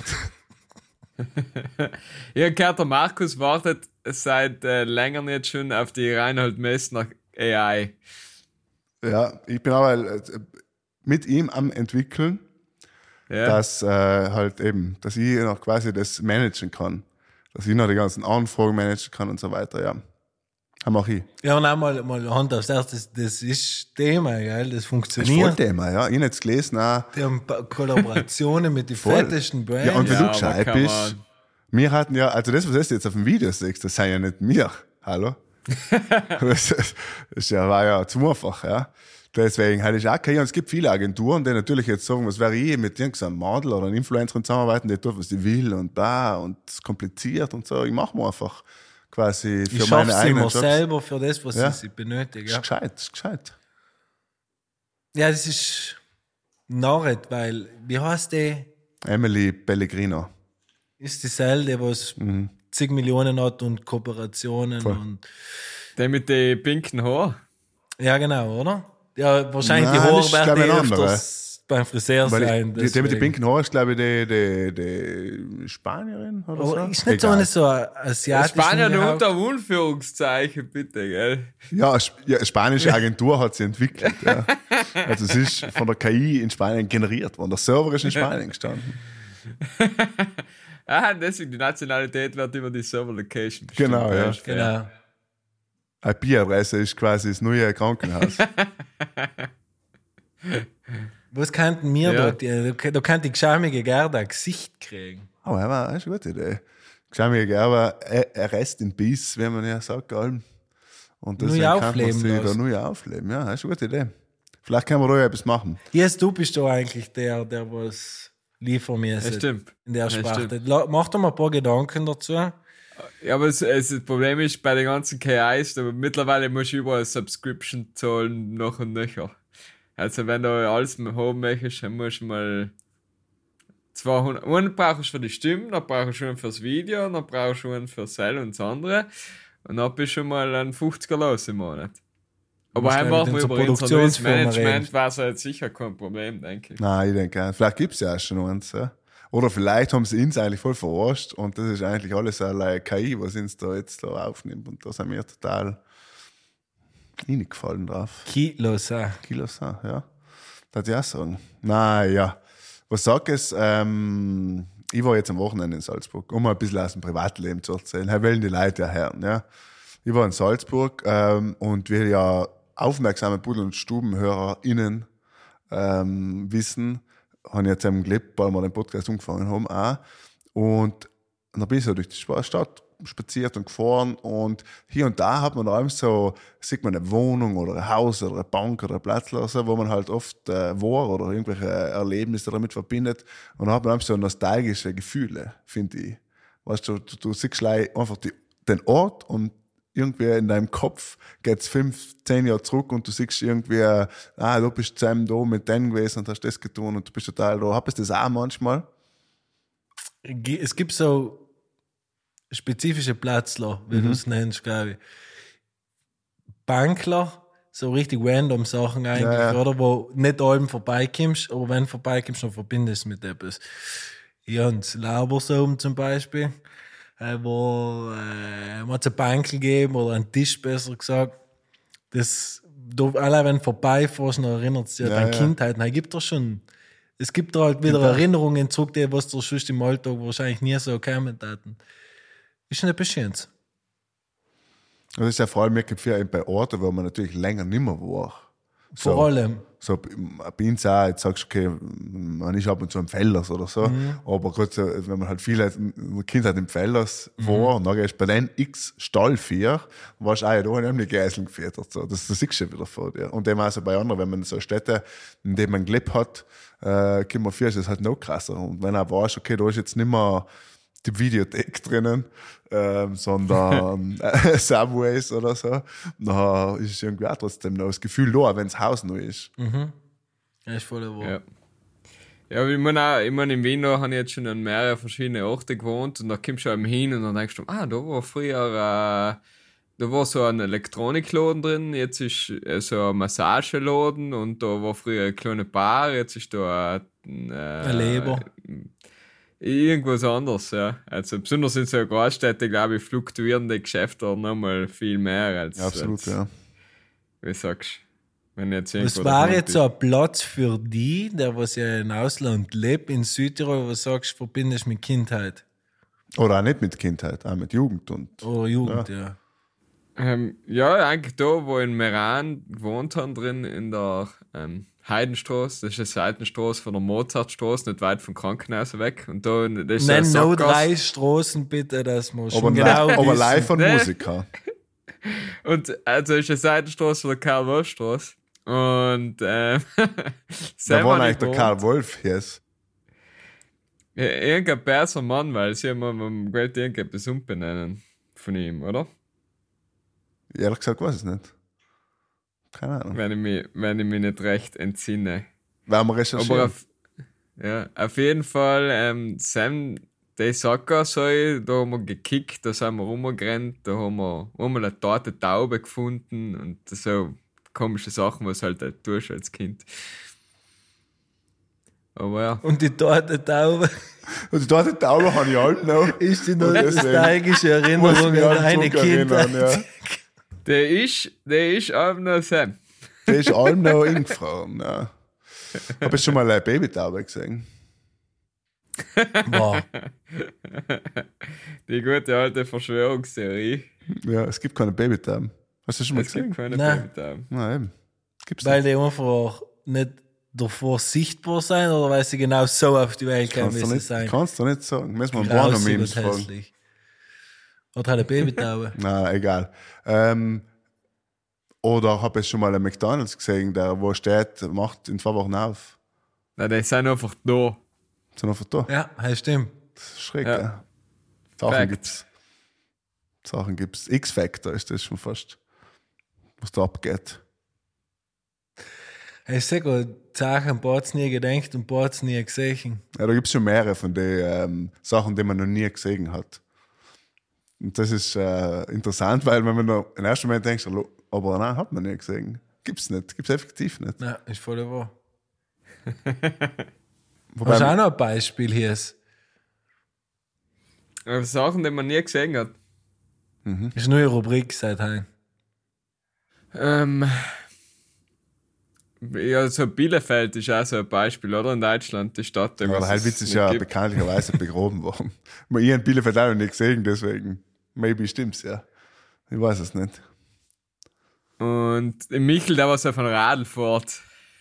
Ich habe gehört, der Markus wartet seit äh, längerem jetzt schon auf die Reinhold Messner A I. Ja, ich bin aber äh, mit ihm am entwickeln, Ja. dass äh, halt eben, dass ich noch quasi das managen kann. Dass ich noch die ganzen Anfragen managen kann und so weiter, ja. Das mache ich. Ja, und auch mal, mal Hand aufs Herz, das, das ist Thema, gell? Das Das ist funktioniert. voll Thema, ja. Ich habe jetzt gelesen, auch, Die haben Pa- Kollaborationen mit den Voll. fettesten Brands. ja, und wenn Ja, du aber gescheit come bist, on. wir hatten ja, also das, was du jetzt auf dem Video siehst, das sind ja nicht wir. Hallo? das ist, das ja, war ja zu einfach, ja. Deswegen hatte ich auch keine, und es gibt viele Agenturen, die natürlich jetzt sagen, was wäre ich mit irgendeinem Model oder einem Influencer zusammenarbeiten, der tut, was ich will und da und es ist kompliziert und so. Ich mache mir einfach quasi für ich meine schaffe sie eigenen immer Jobs. selber für das, was Ja. sie benötigen. Das Ja. ist gescheit, das ist gescheit. ja, das ist Narret, weil, wie heißt die? Emily Pellegrino. Ist dieselbe, was zig Millionen hat und Kooperationen Mhm. Voll. und Der mit den pinken Haaren. ja, genau, oder? Ja, wahrscheinlich Nein, die das ist, Haare glaub ich, werden ein eh anderer. öfters beim Friseur Weil sein. die, die, die mit den deswegen. pinken Haaren ist, glaube ich, die, die, die Spanierin oder so. Aber ist nicht so Egal. eine so asiatische Spanien nur Haut? unter Anführungszeichen, bitte, gell? Ja, eine Sp- ja, eine spanische Agentur hat sie entwickelt. Ja. Also es ist von der K I in Spanien generiert worden. Der Server ist in Spanien gestanden. Ah, deswegen, die Nationalität wird über die Server-Location bestimmt. Genau, ja. ist fair. Genau. I P-Adresse ist quasi das neue Krankenhaus. Was könnten wir Ja. dort? Ja, Da, da könnte die geschämige Gerda ein Gesicht kriegen. Aber ja, war- das ist eine gute Idee. Schau mir gerne, Rest in Peace, wie man ja sagt, allem. Und Neu deswegen kann man aufleben sie da lassen. neu aufleben. Ja, das ist eine gute Idee. Vielleicht können wir da ja etwas machen. Yes, du bist da eigentlich der, der was liefern müsste. Ja, stimmt. In der Ja, Sparte. stimmt. La- Mach doch mal ein paar Gedanken dazu. Ja, aber es, es, das Problem ist, bei den ganzen K Is, da mittlerweile musst du überall Subscription zahlen, noch und nöcher. Also, wenn du alles haben möchtest, dann musst du mal zweihundert. Einen brauchst du für die Stimme, dann brauchst du einen fürs Video, dann brauchst du einen für Sell und das andere. Und dann bist du schon mal ein fünfziger los im Monat. Aber musst heim gleich machen mit wir unserer über unser neues Produktionsfirma Management, reden. war es jetzt sicher kein Problem, denke ich. Nein, ich denke auch. Vielleicht gibt es ja auch schon eins. Ja. Oder vielleicht haben sie uns eigentlich voll verarscht und das ist eigentlich alles eine K I, was uns da jetzt da aufnimmt. Und da sind wir total reingefallen drauf. Kilos, ah. Kilos, ah, ja. Das würde ich auch sagen. Naja, was sag es? Ähm, ich war jetzt am Wochenende in Salzburg, um mal ein bisschen aus dem Privatleben zu erzählen. Hier wollen die Leute ja hören. Ja. Ich war in Salzburg ähm, und wir ja aufmerksame Pudel- und StubenhörerInnen ähm, wissen, haben jetzt eben gelebt, weil wir den Podcast umgefangen haben auch. Und dann bin ich so durch die Sp- Stadt spaziert und gefahren und hier und da hat man da so, sieht man eine Wohnung oder ein Haus oder eine Bank oder ein Platz, wo man halt oft äh, war oder irgendwelche Erlebnisse damit verbindet und dann hat man so nostalgische Gefühle, finde ich. Weißt du, du, du siehst gleich einfach die, den Ort und irgendwie in deinem Kopf geht's fünf, zehn Jahre zurück und du siehst irgendwie, ah, du bist zusammen da mit denen gewesen und hast das getan und du bist total da. Habt ihr das auch manchmal? Es gibt so spezifische Plätzler, wie du es nennst, glaube ich. Bankler, so richtig random Sachen eigentlich, Ja, ja. oder? Wo nicht allem vorbeikommst, aber wenn du vorbeikommst, dann verbindest du mit etwas. Ja, und das Labersaum zum Beispiel, äh, wo äh, man eine Bank gegeben oder einen Tisch, besser gesagt. Das, du, allein wenn du vorbeifährst, dann erinnert es dich Ja, an deine ja. Kindheit. Dann gibt es schon, es gibt da halt wieder Ja. Erinnerungen zurück, die was du sonst im Alltag wahrscheinlich nie so kommen hätten. Ist schon etwas Schönes. Das ist ja vor allem wirklich viel bei Orten, wo man natürlich länger nicht mehr war. Vor So. allem. So, bei uns auch, jetzt sagst du, okay, man ist ab und zu im Fellers oder so, Mhm. aber gerade so, wenn man halt viele in der Kindheit im Fellers Mhm. war, und dann gehst du bei den x Stallvier, warst du auch ja da und haben die Geiseln gefüttert. So. Das, das siehst du schon wieder vor dir. Und dem auch so bei anderen, wenn man so Städte, in denen man gelebt hat, äh, kommt man vor, ist das halt noch krasser. Und wenn du weißt, okay, da ist jetzt nicht mehr die Videothek drinnen, ähm, sondern äh, Subways oder so, dann ist irgendwie auch trotzdem noch das Gefühl da, wenn das Haus neu ist. Ja, ist voll wahr. Ja. Ja, aber ich meine auch, ich meine, in Wien da habe ich jetzt schon an mehreren verschiedenen Orten gewohnt und da kommst du eben hin und dann denkst du, ah, da war früher da war so ein Elektronikladen drin, jetzt ist äh, so ein Massageladen und da war früher eine kleine Bar, jetzt ist da ein, äh, Ein Leber. Irgendwas anderes, ja. Also besonders in so Großstädten, glaube ich, fluktuieren die Geschäfte nochmal viel mehr als... Ja, absolut, als, ja. Wie sagst du? Wenn jetzt Was war jetzt so ein Platz für die, der was ja im Ausland lebt, in Südtirol, was sagst, verbindest mit Kindheit Oder auch nicht mit Kindheit, auch mit Jugend. Und oder Jugend, ja. Ähm, ja, eigentlich da, wo in Meran gewohnt haben, drin in der ähm, Heidenstraße, das ist eine Seitenstraße von der Mozartstraße, nicht weit vom Krankenhaus weg. Und da, das ist Nenn ein nur Sackgasse. drei Straßen bitte, dass man aber, schon li- genau aber wissen. live von Nee. Musiker. Und also ist eine Seitenstraße von der Karl-Wolf-Straße. Und äh, Da war eigentlich der gewohnt. Karl Wolf jetzt. Ja, irgendein besser Mann, weil sie haben am Geld irgendetwas umbenennen von ihm, oder? Ehrlich gesagt weiß ich es nicht. Keine Ahnung. Wenn ich mich, wenn ich mich nicht recht entsinne. Werden wir Aber recherchieren. auf, ja, auf jeden Fall, ähm, Sam, die Sackgasse, da haben wir gekickt, da sind wir rumgerannt, da haben wir einmal eine tote Taube gefunden und so komische Sachen, was halt halt tust als Kind. Aber ja. Und die Torte Taube Und die dort Taube habe ich halt noch. ist die Und deswegen nostalgische muss ich Erinnerung mich an halt eine zurückerinnern, Kindheit. ja. Der ist, der ist auch noch Sam. Der ist allem noch hingefahren. Ja. Habe ich schon mal eine Babytaube gesehen? Boah. Die gute alte Verschwörungstheorie. Ja, es gibt keine Babytauben. Hast du das schon mal Es gibt gesehen? keine Nein. Babytauben. Nein, eben. Gibt's Weil nicht. die einfach nicht davor sichtbar sein oder weil sie genau so auf die Welt kommen, Kannst wie du sie nicht, sein. kannst du nicht sagen. Müssen wir ein Grausig Porno-Memes und fragen. hässlich. Oder hat eine Babytaube. Na, egal. Ähm, oder habe ich schon mal einen McDonalds gesehen, der wo steht, macht in zwei Wochen auf. Nein, die sind einfach da. Sind einfach da. Ja, das stimmt. Das ist schräg, Ja. ja. Sachen Fact. gibt's. Sachen gibt's. X-Factor ist das schon fast, was da abgeht. Ich sag gut, Sachen, ein paar nie gedacht und ein paar nie gesehen. Ja, da gibt's schon mehrere von den ähm, Sachen, die man noch nie gesehen hat. Und das ist äh, interessant, weil wenn man da im ersten Moment denkt, hallo, aber nein, hat man nie gesehen. Gibt's nicht. Gibt's effektiv nicht. Ja, ist voll wahr. Wobei, Hast du auch noch ein Beispiel hier? Ist Aber Sachen, die man nie gesehen hat. Mhm. nur eine Rubrik seit heute. Ähm, ja, so Bielefeld ist auch so ein Beispiel, oder? In Deutschland, die Stadt. die ja, was der Heilwitz es ist nicht ja gibt. bekanntlicherweise begraben worden. Man, ich habe Bielefeld auch noch nicht gesehen, deswegen. Maybe stimmt's, ja. Ich weiß es nicht. Und in Michel, da war so von Radl fort.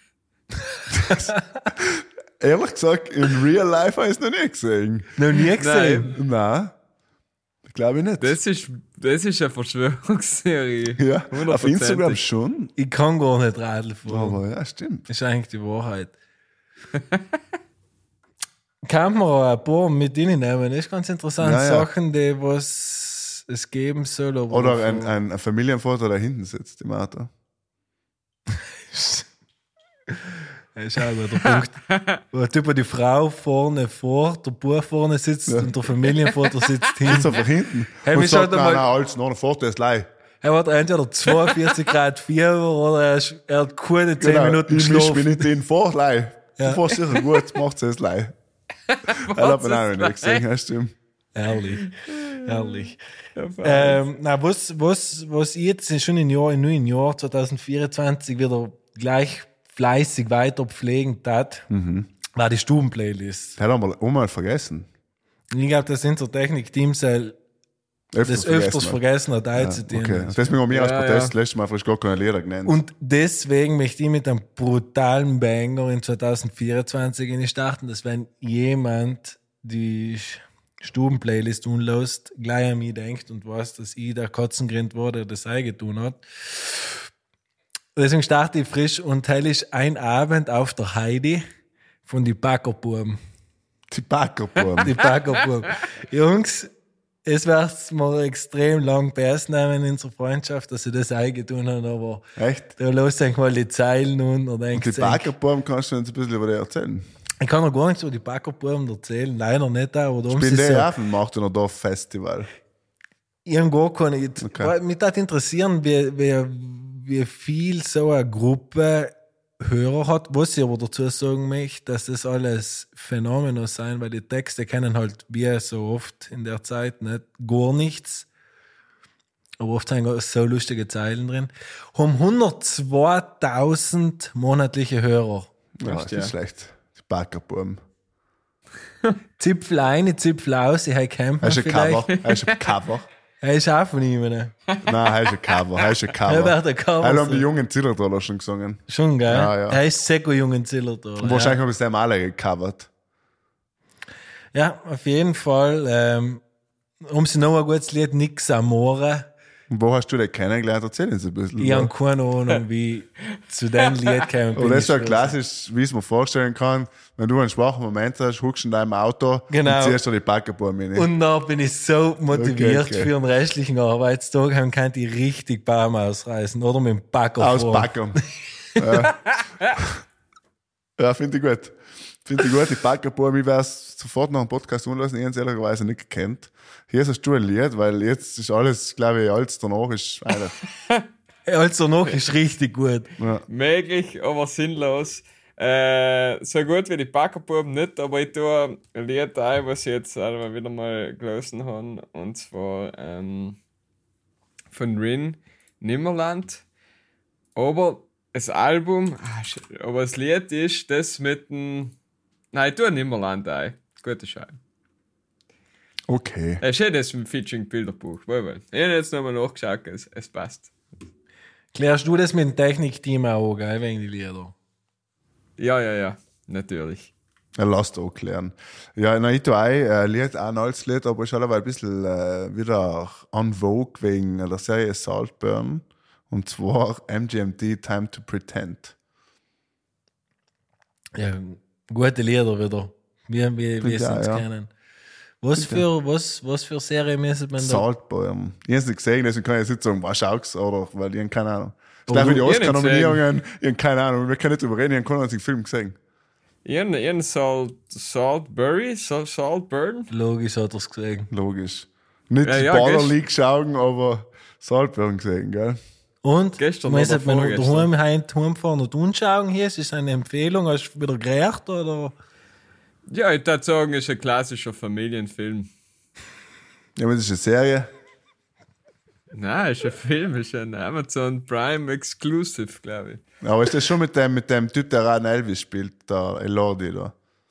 Ehrlich gesagt, in real life habe ich es noch nie gesehen. Noch nie gesehen. Nein, glaube ich nicht. Das ist, das ist eine Verschwörungstheorie. ja, auf hundertprozentig. Instagram schon. Ich kann gar nicht Radl fahren. Aber ja, stimmt. Das ist eigentlich die Wahrheit. Kann man auch ein paar mit ihnen nehmen. Das ist ganz interessant. Ja, ja. Sachen, die was es geben soll. Aber Oder ein, ein, ein Familienvater, der hinten sitzt im Auto. Das ist auch ein guter Punkt. Wo der Typ, die Frau vorne vor, der Bub vorne sitzt Ja. und der Familienvater sitzt Sitzt hinten. einfach hinten. Hey, und mich sagt, schaut nein, einmal- nein, alles, noch ein Foto ist leid. Er hat entweder zweiundvierzig Grad Fieber oder er, ist, er hat keine zehn Genau, Minuten ich misch mich geschlafen. nicht in vor, leid. Ja. Du fährst sicher gut, macht es leid. Er hat man auch noch nicht gesehen, ja, stimmt. Herrlich. Herrlich. Ja, fein. Ähm, na, was, was, was ich jetzt schon im Jahr, nur im Jahr zwanzig vierundzwanzig wieder gleich fleißig weiter pflegen tat, Mhm. war die Stubenplaylist. Das haben wir auch mal vergessen. Und ich glaube, dass unser Technikteam soll das öfters vergessen hat, Ja, einzutieren. okay. Deswegen haben wir als Ja, Protest ja. letztes Mal frisch gar keine Lieder genannt. Und deswegen möchte ich mit einem brutalen Banger in zwanzig vierundzwanzig in starten, dass wenn jemand die Stubenplaylist unlost, gleich an mich denkt und weiß, dass ich der Katzengrind war, der das eingetun hat. Deswegen starte ich frisch und teile ich ein Abend auf der Heidi von die Backerbuben. die Backerbuben. Die Backerbuben. Jungs, es wird mir extrem lang beessen in unserer Freundschaft, dass ich das eingetun habe, aber Echt? da los denk mal die Zeilen und und Und denkt die sich, Backerbuben kannst du uns ein bisschen über die erzählen. ich kann noch gar nichts über die Backerbuben erzählen, leider nicht, aber darum Bin ist es der so. auf dem macht noch Dorf Festival. Ich habe gar keine. Okay. Weil mich das interessieren, wie, wie, wie viel so eine Gruppe Hörer hat. Was ich aber dazu sagen möchte, dass das alles Phänomene sein, weil die Texte kennen halt, wie so oft in der Zeit, nicht gar nichts. Aber oft sind so lustige Zeilen drin. Haben hundertzweitausend monatliche Hörer. Ja, Echt, das ja. ist schlecht. Die Backerbuben. Zipfel ein, Zipfel aus, ich kennt man Hast du ein vielleicht. Cover? Hast du ein Cover? Er ist auch von ihm, ne? Nein, hast du ein Cover. Hast du ein Cover. Er wird ein Cover Alle haben die sein. jungen Zillertaler schon gesungen. Schon, gell? Ja, ja. Er ist Seko Jungen Zillertal. Und wahrscheinlich haben sie alle gecovert. Ja, auf jeden Fall. Ähm, um sie noch ein gutes Lied, Nix Amore. Und wo hast du den kennengelernt? Erzähl uns ein bisschen. Ich habe keine Ahnung, wie zu dem Lied käme. Aber das ist ja klassisch, wie ich es mir vorstellen kann. Wenn du einen schwachen Moment hast, huckst du in deinem Auto Genau. und ziehst dir die Backerbuben rein. Und dann bin ich so motiviert Okay, okay. für den restlichen Arbeitstag, dann kann ich richtig Baum ausreißen oder mit dem Backer fahren. Auspacken. ja, ja finde ich gut. Finde ich gut. Die Backerbuben, ich werde es sofort nach dem Podcast anlassen. Ich habe es ehrlicherweise nicht gekannt. Hier hast du ein Lied, weil jetzt ist alles, glaube ich, alles danach ist einer. Also noch ist richtig gut. Möglich, aber sinnlos. Äh, so gut wie die Backerbuben nicht, aber ich tue ein Lied ein, was ich jetzt auch wieder mal gelesen habe. Und zwar ähm, von Rin, Nimmerland. Aber das Album, ah, shit, aber das Lied ist das mit dem. Nein, ich tue Nimmerland ein. Gute Scheibe. Okay. Es ist das mit Featuring Bilderbuch. Wohl, wohl. Ich habe jetzt nochmal nachgeschaut, es, es passt. Klärst du das mit dem Technikteam auch, gell, wegen die Lieder? Ja, ja, ja, natürlich. Ja, lass da auch klären. Ja, na, ich tue ein äh, Lied, auch ein altes Lied, aber ist alle ein bisschen äh, wieder on vogue wegen der Serie Saltburn. Und zwar M G M T Time to Pretend. Ja, gute Lieder wieder. Wie, wie, wie sie Ja, uns ja. kennen. Was für, was, was für Serie müsste man da? Saltburn. Ich habe es nicht gesehen, deswegen kann ich jetzt nicht sagen, was schaust oder, weil ich habe keine Ahnung. Ich Aber glaube, die du- ich hab nicht Oscar-Nominierungen, ich habe keine Ahnung, wir können nicht drüber reden, ich habe keinen einzigen Film gesehen. Ich habe ich hab Salt, Saltbury, Sal- Saltburn. Logisch hat er es gesehen. Logisch. Nicht Ja, die ja, Baller gest- League schauen, aber Saltburn gesehen, gell? Und? Gestern müsste oder man vorgestern. daheim heim heimfahren und anschauen hier? Ist das eine Empfehlung? Hast du wieder gerecht oder? Ja, ich würde sagen, es ist ein klassischer Familienfilm. Ja, aber das ist eine Serie. Nein, es ist ein Film, es ist ein Amazon Prime Exclusive, glaube ich. Aber ist das schon mit dem, mit dem Typ, der auch einen Elvis spielt, der Elordi da?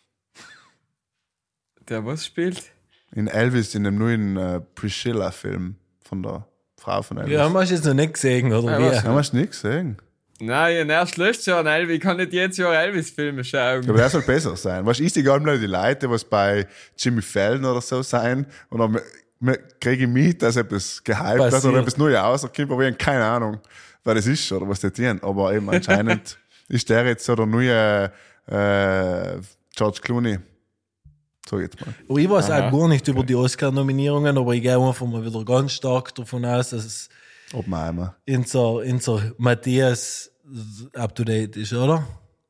Der was spielt? In Elvis, in dem neuen äh, Priscilla-Film von der Frau von Elvis. Ja, haben wir jetzt noch nicht gesehen, oder Ja, wie? was? Haben wir es nicht gesehen? Nein, ich habe erst letztes Jahr einen Elvis. Ich kann nicht jedes Jahr Elvis-Filme schauen. Aber der soll besser sein. Weißt du, ich sehe gar nicht die Leute, was bei Jimmy Fallon oder so sein, und dann me- kriege ich mit, dass etwas gehypt hat Passiert. oder etwas Neues rauskommt, aber ich habe keine Ahnung, wer das ist oder was die tun. Aber eben anscheinend ist der jetzt so der neue äh, George Clooney. So jetzt mal. Aber ich weiß Aha, auch gar nicht über die Oscar-Nominierungen, aber ich gehe einfach mal wieder ganz stark davon aus, dass es Oppenheimer. unser, unser Matthias up to date ist, oder?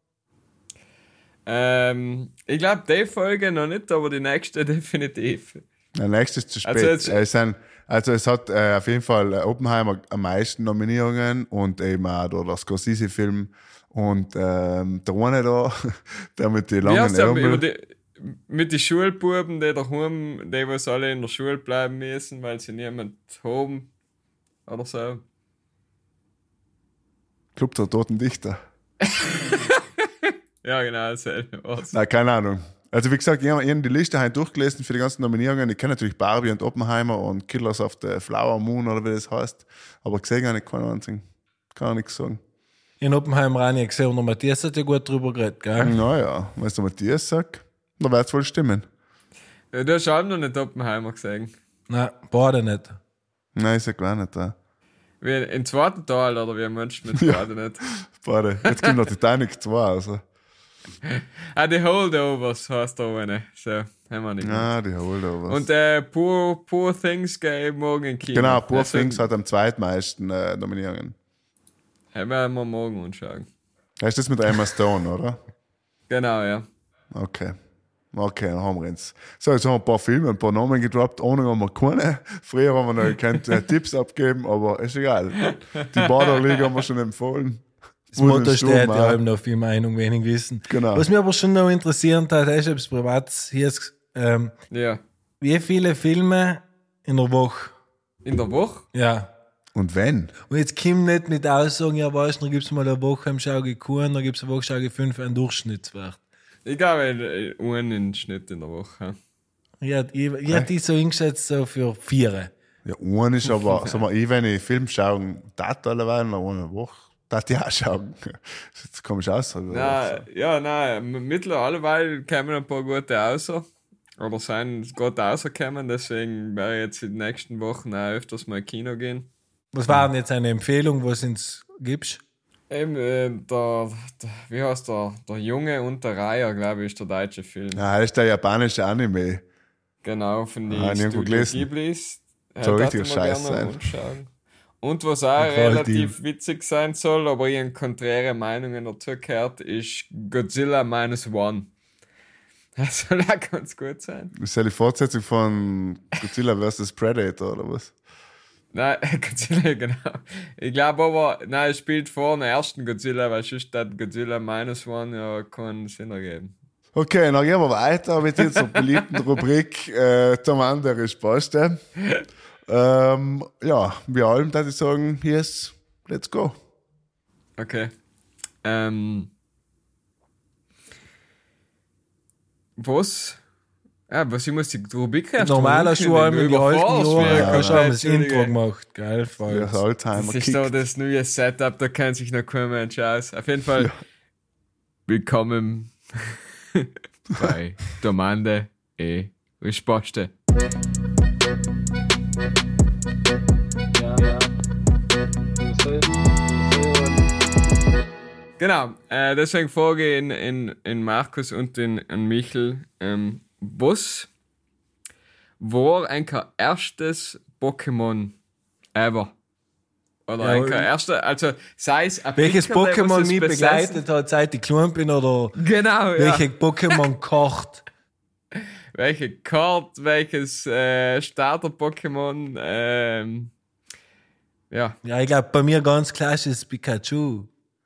Ähm, ich glaube, die Folge noch nicht, aber die nächste definitiv. Der nächste ist zu spät. Also jetzt- es, sind, also es hat äh, auf jeden Fall äh, Oppenheimer am meisten Nominierungen und eben auch der, der Scorsese-Film und ähm, der eine da, der mit den Wie langen heißt der über Ärmeln. die, mit den Schulbuben, die daheim, die was alle in der Schule bleiben müssen, weil sie niemand haben oder so. Club der Toten Dichter. Ja, genau, dasselbe war's. Nein, keine Ahnung. Also wie gesagt, ich habe die Liste halt durchgelesen für die ganzen Nominierungen. Ich kenne natürlich Barbie und Oppenheimer und Killers of the Flower Moon oder wie das heißt. Aber gesehen habe ich keinen einzigen. Kann auch nichts sagen. In Oppenheim rein ich gesehen und der Matthias hat ja gut drüber geredet, gell? Naja, wenn es der Matthias sagt, dann wird es wohl stimmen. Ja, du hast auch noch nicht Oppenheimer gesehen. Nein, beide nicht. Nein, ich sag gar nicht. Ja. Wie im zweiten Teil, oder wie Menschen mit Ja. beiden nicht. Beide. Jetzt kommt noch Titanic zwei. Also. Ah, die Holdovers heißt da eine. So, haben wir nicht. Ja, die holt aber was. Und äh, Poor, Poor Things geht morgen in Kino. Genau, Poor Also, Things hat am zweitmeisten äh, Nominierungen. Haben wir mal morgen anschauen. Das ist das mit Emma Stone, oder? Genau, ja. Okay. Okay, dann haben wir uns. So, jetzt haben wir ein paar Filme, ein paar Namen gedroppt. Ohne haben wir keine. Früher haben wir noch keine Tipps abgeben, aber ist egal. Die Baderliga haben wir schon empfohlen. Das Motto steht, ja, haben noch viel Meinung, wenig Wissen. Genau. Was mich aber schon noch interessiert hat, ist etwas Privates. Hier ist, ähm, Ja. wie viele Filme in der Woche? In der Woche? Ja. Und wenn? Und jetzt kommt nicht mit Aussagen, ja, weißt du, dann gibt es mal eine Woche im Schauge Kuchen, dann gibt es eine Woche Schauge fünf, ein Durchschnittswert. Ich glaube, äh, einen Schnitt in der Woche. Ja, ich, ich hätte die so eingeschätzt, so für vier. Ja, ein ist aber, sag mal, ich, wenn ich Film schaue, das alleweil nach einer Woche, das die auch schauen. Jetzt komme ich aus. Oder? Na, ja, nein, mittlerweile weil kämen ein paar gute außer. Oder sind gut rausgekommen, deswegen werde ich jetzt in den nächsten Wochen auch öfters mal Kino gehen. Was war denn jetzt eine Empfehlung, was ins gibst? Eben, äh, der, der, wie heißt der? Der Junge und der Reiher, glaube ich, ist der deutsche Film. Ja, das ist der japanische Anime. Genau, von den Ah, nirgendwo Studio gelesen. Ghiblis. Soll Äh, richtig darf ich mir scheiße gerne sein. anschauen. Und was auch Und vor allem relativ witzig sein soll, aber ich habe konträre Meinungen dazu gehört, ist Godzilla Minus One. Das soll auch ganz gut sein. Ist ja die Fortsetzung von Godzilla versus Predator, oder was? Nein, Godzilla, genau. Ich glaube aber, nein, es spielt vor dem ersten Godzilla, weil sonst hat Godzilla Minus One ja keinen Sinn ergeben. Okay, dann gehen wir weiter mit unserer beliebten Rubrik äh, Tom Anderes Poste. Ähm, ja, wie allem, dass ich sagen, hier ist, let's go. Okay. Ähm. Was? Ja, was ich muss die Rubrik erst Normaler Schwarm in die alten Jahre, Ja, hast du ja. haben das Intro gemacht. Geil, voll. Ja, Oldtimer Das ist Kick. doch das neue Setup, da kennt sich noch kein Mensch aus. Auf jeden Fall, willkommen bei Domande e Risposte. Ja, ja. Das soll, das soll, Genau, äh, deswegen frage ich in, in, in Markus und in, in Michel, ähm, was war ein erstes Pokémon ever? Oder Ja, ein erster, also sei es ein Welches Pickerl, was Pokémon es mich besessen- begleitet hat, seit ich klein bin, oder Genau, ja. welche Pokémon kocht? Welche Card, welches äh, Starter-Pokémon, ähm, ja, Ja, ich glaube, bei mir ganz klassisch ist Pikachu.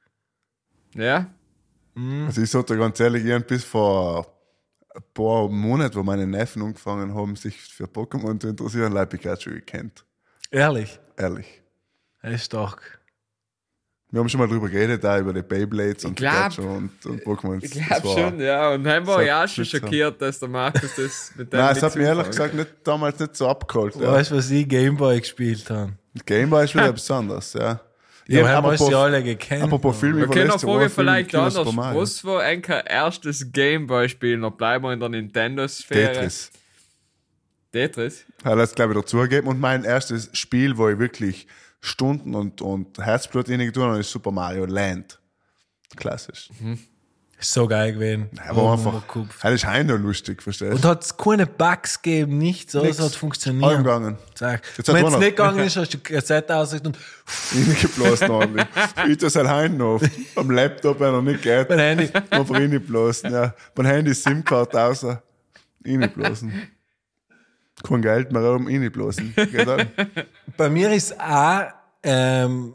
ja, Also ich sollte ganz ehrlich, ich hab bis vor ein paar Monaten, wo meine Neffen angefangen haben, sich für Pokémon zu interessieren, Leute Pikachu gekannt. Ehrlich, Ehrlich. er ist stark. Wir haben schon mal drüber geredet, da über die Beyblades und glaub- Pikachu und, und Pokémon. ich Das glaube war- schon, ja, und dann war so ich auch schon Spitze. schockiert, dass der Markus das mit dem Nein, es hat mich ehrlich mitzufangen. gesagt nicht, damals nicht so abgeholt. Ja. Weißt du, was ich Gameboy gespielt habe? Gameboy ist wieder besonders, ja. Ja, aber haben wir apropos- sie alle gekannt. Apropos Filme, Wir können auch letzte Woche fragen, Film vielleicht Kino anders. Super Mario. Was war ein erstes Gameboy-Spiel? Noch bleiben wir in der Nintendo-Sphäre. Tetris. Tetris? Hat das, glaube ich, dazugegeben. Und mein erstes Spiel, wo ich wirklich Stunden und, und Herzblut reingetan habe, ist Super Mario Land. Klassisch. Ist so geil gewesen. Aber Oh, einfach, Überkopf. das ist heim noch lustig, verstehst Und du? hat es keine Bugs gegeben, nichts, alles Nix. hat Allem funktioniert. gegangen. Sag. Jetzt Und hat wenn es einer- nicht gegangen ist, hast du die Kassette ausgerichtet und Reingeblasen ordentlich. Ich das halt heim noch. Am Laptop, wenn er nicht geht. mein Handy. Einfach reinblasen, ja. Mein Handy SIM-Card außer. Reinblasen. Kein Geld mehr um reinblasen. Geht auch. Bei mir ist auch ähm,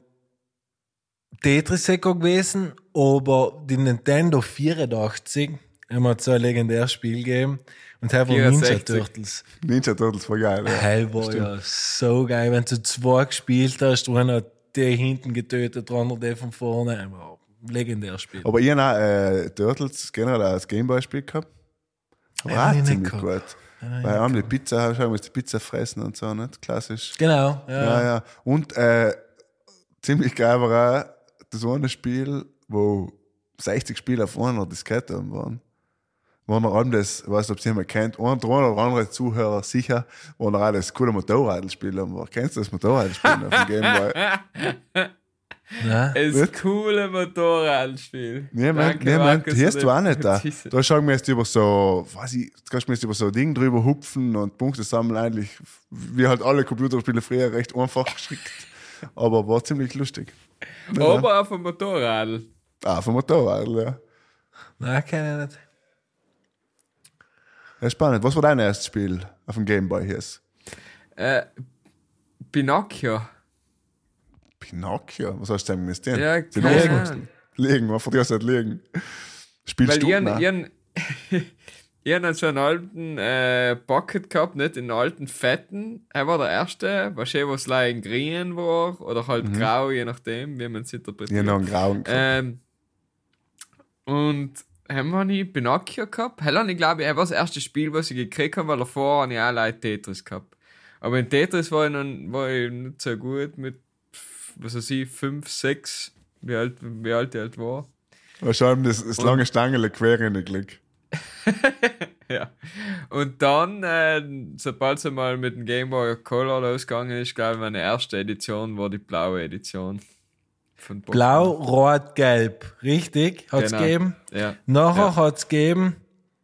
Tetris-Seko gewesen, aber die Nintendo vierundachtzig haben wir so ein legendäres Spiel gegeben und haben Ninja vierundsechzig. Turtles. Ninja Turtles war geil. Ja. Hell war ja so geil, wenn du zwei gespielt hast, du einer der hinten getötet, der andere der von vorne. Wow, legendäres Spiel. Aber ich habe auch äh, Turtles generell als Gameboy-Spiel gehabt. Aber Ja, hab ich auch nicht ziemlich gehabt. gut. Weil haben die Pizza, schauen wir uns die Pizza fressen und so, nicht? Klassisch. Genau, ja. Ja, ja. Und äh, ziemlich geil war auch das eine Spiel, wo sechzig Spiele auf einer Diskette waren. Wo noch allem das, ich weiß nicht, ob ihr mal kennt, ein oder andere Zuhörer sicher, wo noch auch das coole Motorradspiel haben. Kennst du das Motorradspiel auf dem Gameboy? Ja. Das coole Motorradspiel. Niemand, Danke, niemand, Markus, hier hast für du auch nicht da. die- Da schauen wir jetzt über so, weiß ich, da kannst du jetzt über so Ding drüber hupfen und Punkte sammeln, eigentlich, wie halt alle Computerspiele früher recht einfach gestrickt. Aber war ziemlich lustig. Aber auf dem Motorrad. Ah, vom Motorrad, ja. Nein, kann ich nicht. Ja, spannend. Was war dein erstes Spiel auf dem Gameboy hier? Äh, Pinocchio. Pinocchio? Was hast du denn investiert? Ja, Die keine Losung. Ahnung. Liegen, was von dir aus nicht liegen. Spielst Weil du? ich, Nein. ich, ich habe so einen alten äh, Bucket gehabt, nicht? In alten fetten. Er war der erste, wahrscheinlich was like in grün war oder halt Mhm. grau, je nachdem, wie man es Ich interpretiert. habe noch einen grauen gehabt. Ähm, und haben wir nicht Pinocchio gehabt? Hell, ich glaube, er war das erste Spiel, was ich gekriegt habe, weil davor habe ich auch Leute Tetris gehabt. Aber in Tetris war ich, noch, war ich nicht so gut mit, was weiß ich, fünf, sechs, wie alt, wie alt ich halt war. Wahrscheinlich das, das lange Stangele quer in den Klick. Ja. Und dann, äh, sobald es einmal mit dem Game Boy Color losgegangen ist, glaube ich, meine erste Edition war die blaue Edition. Von Pokémon. Blau, Rot, Gelb. Richtig? Hat es Genau. gegeben. Ja. Nachher Ja. hat es gegeben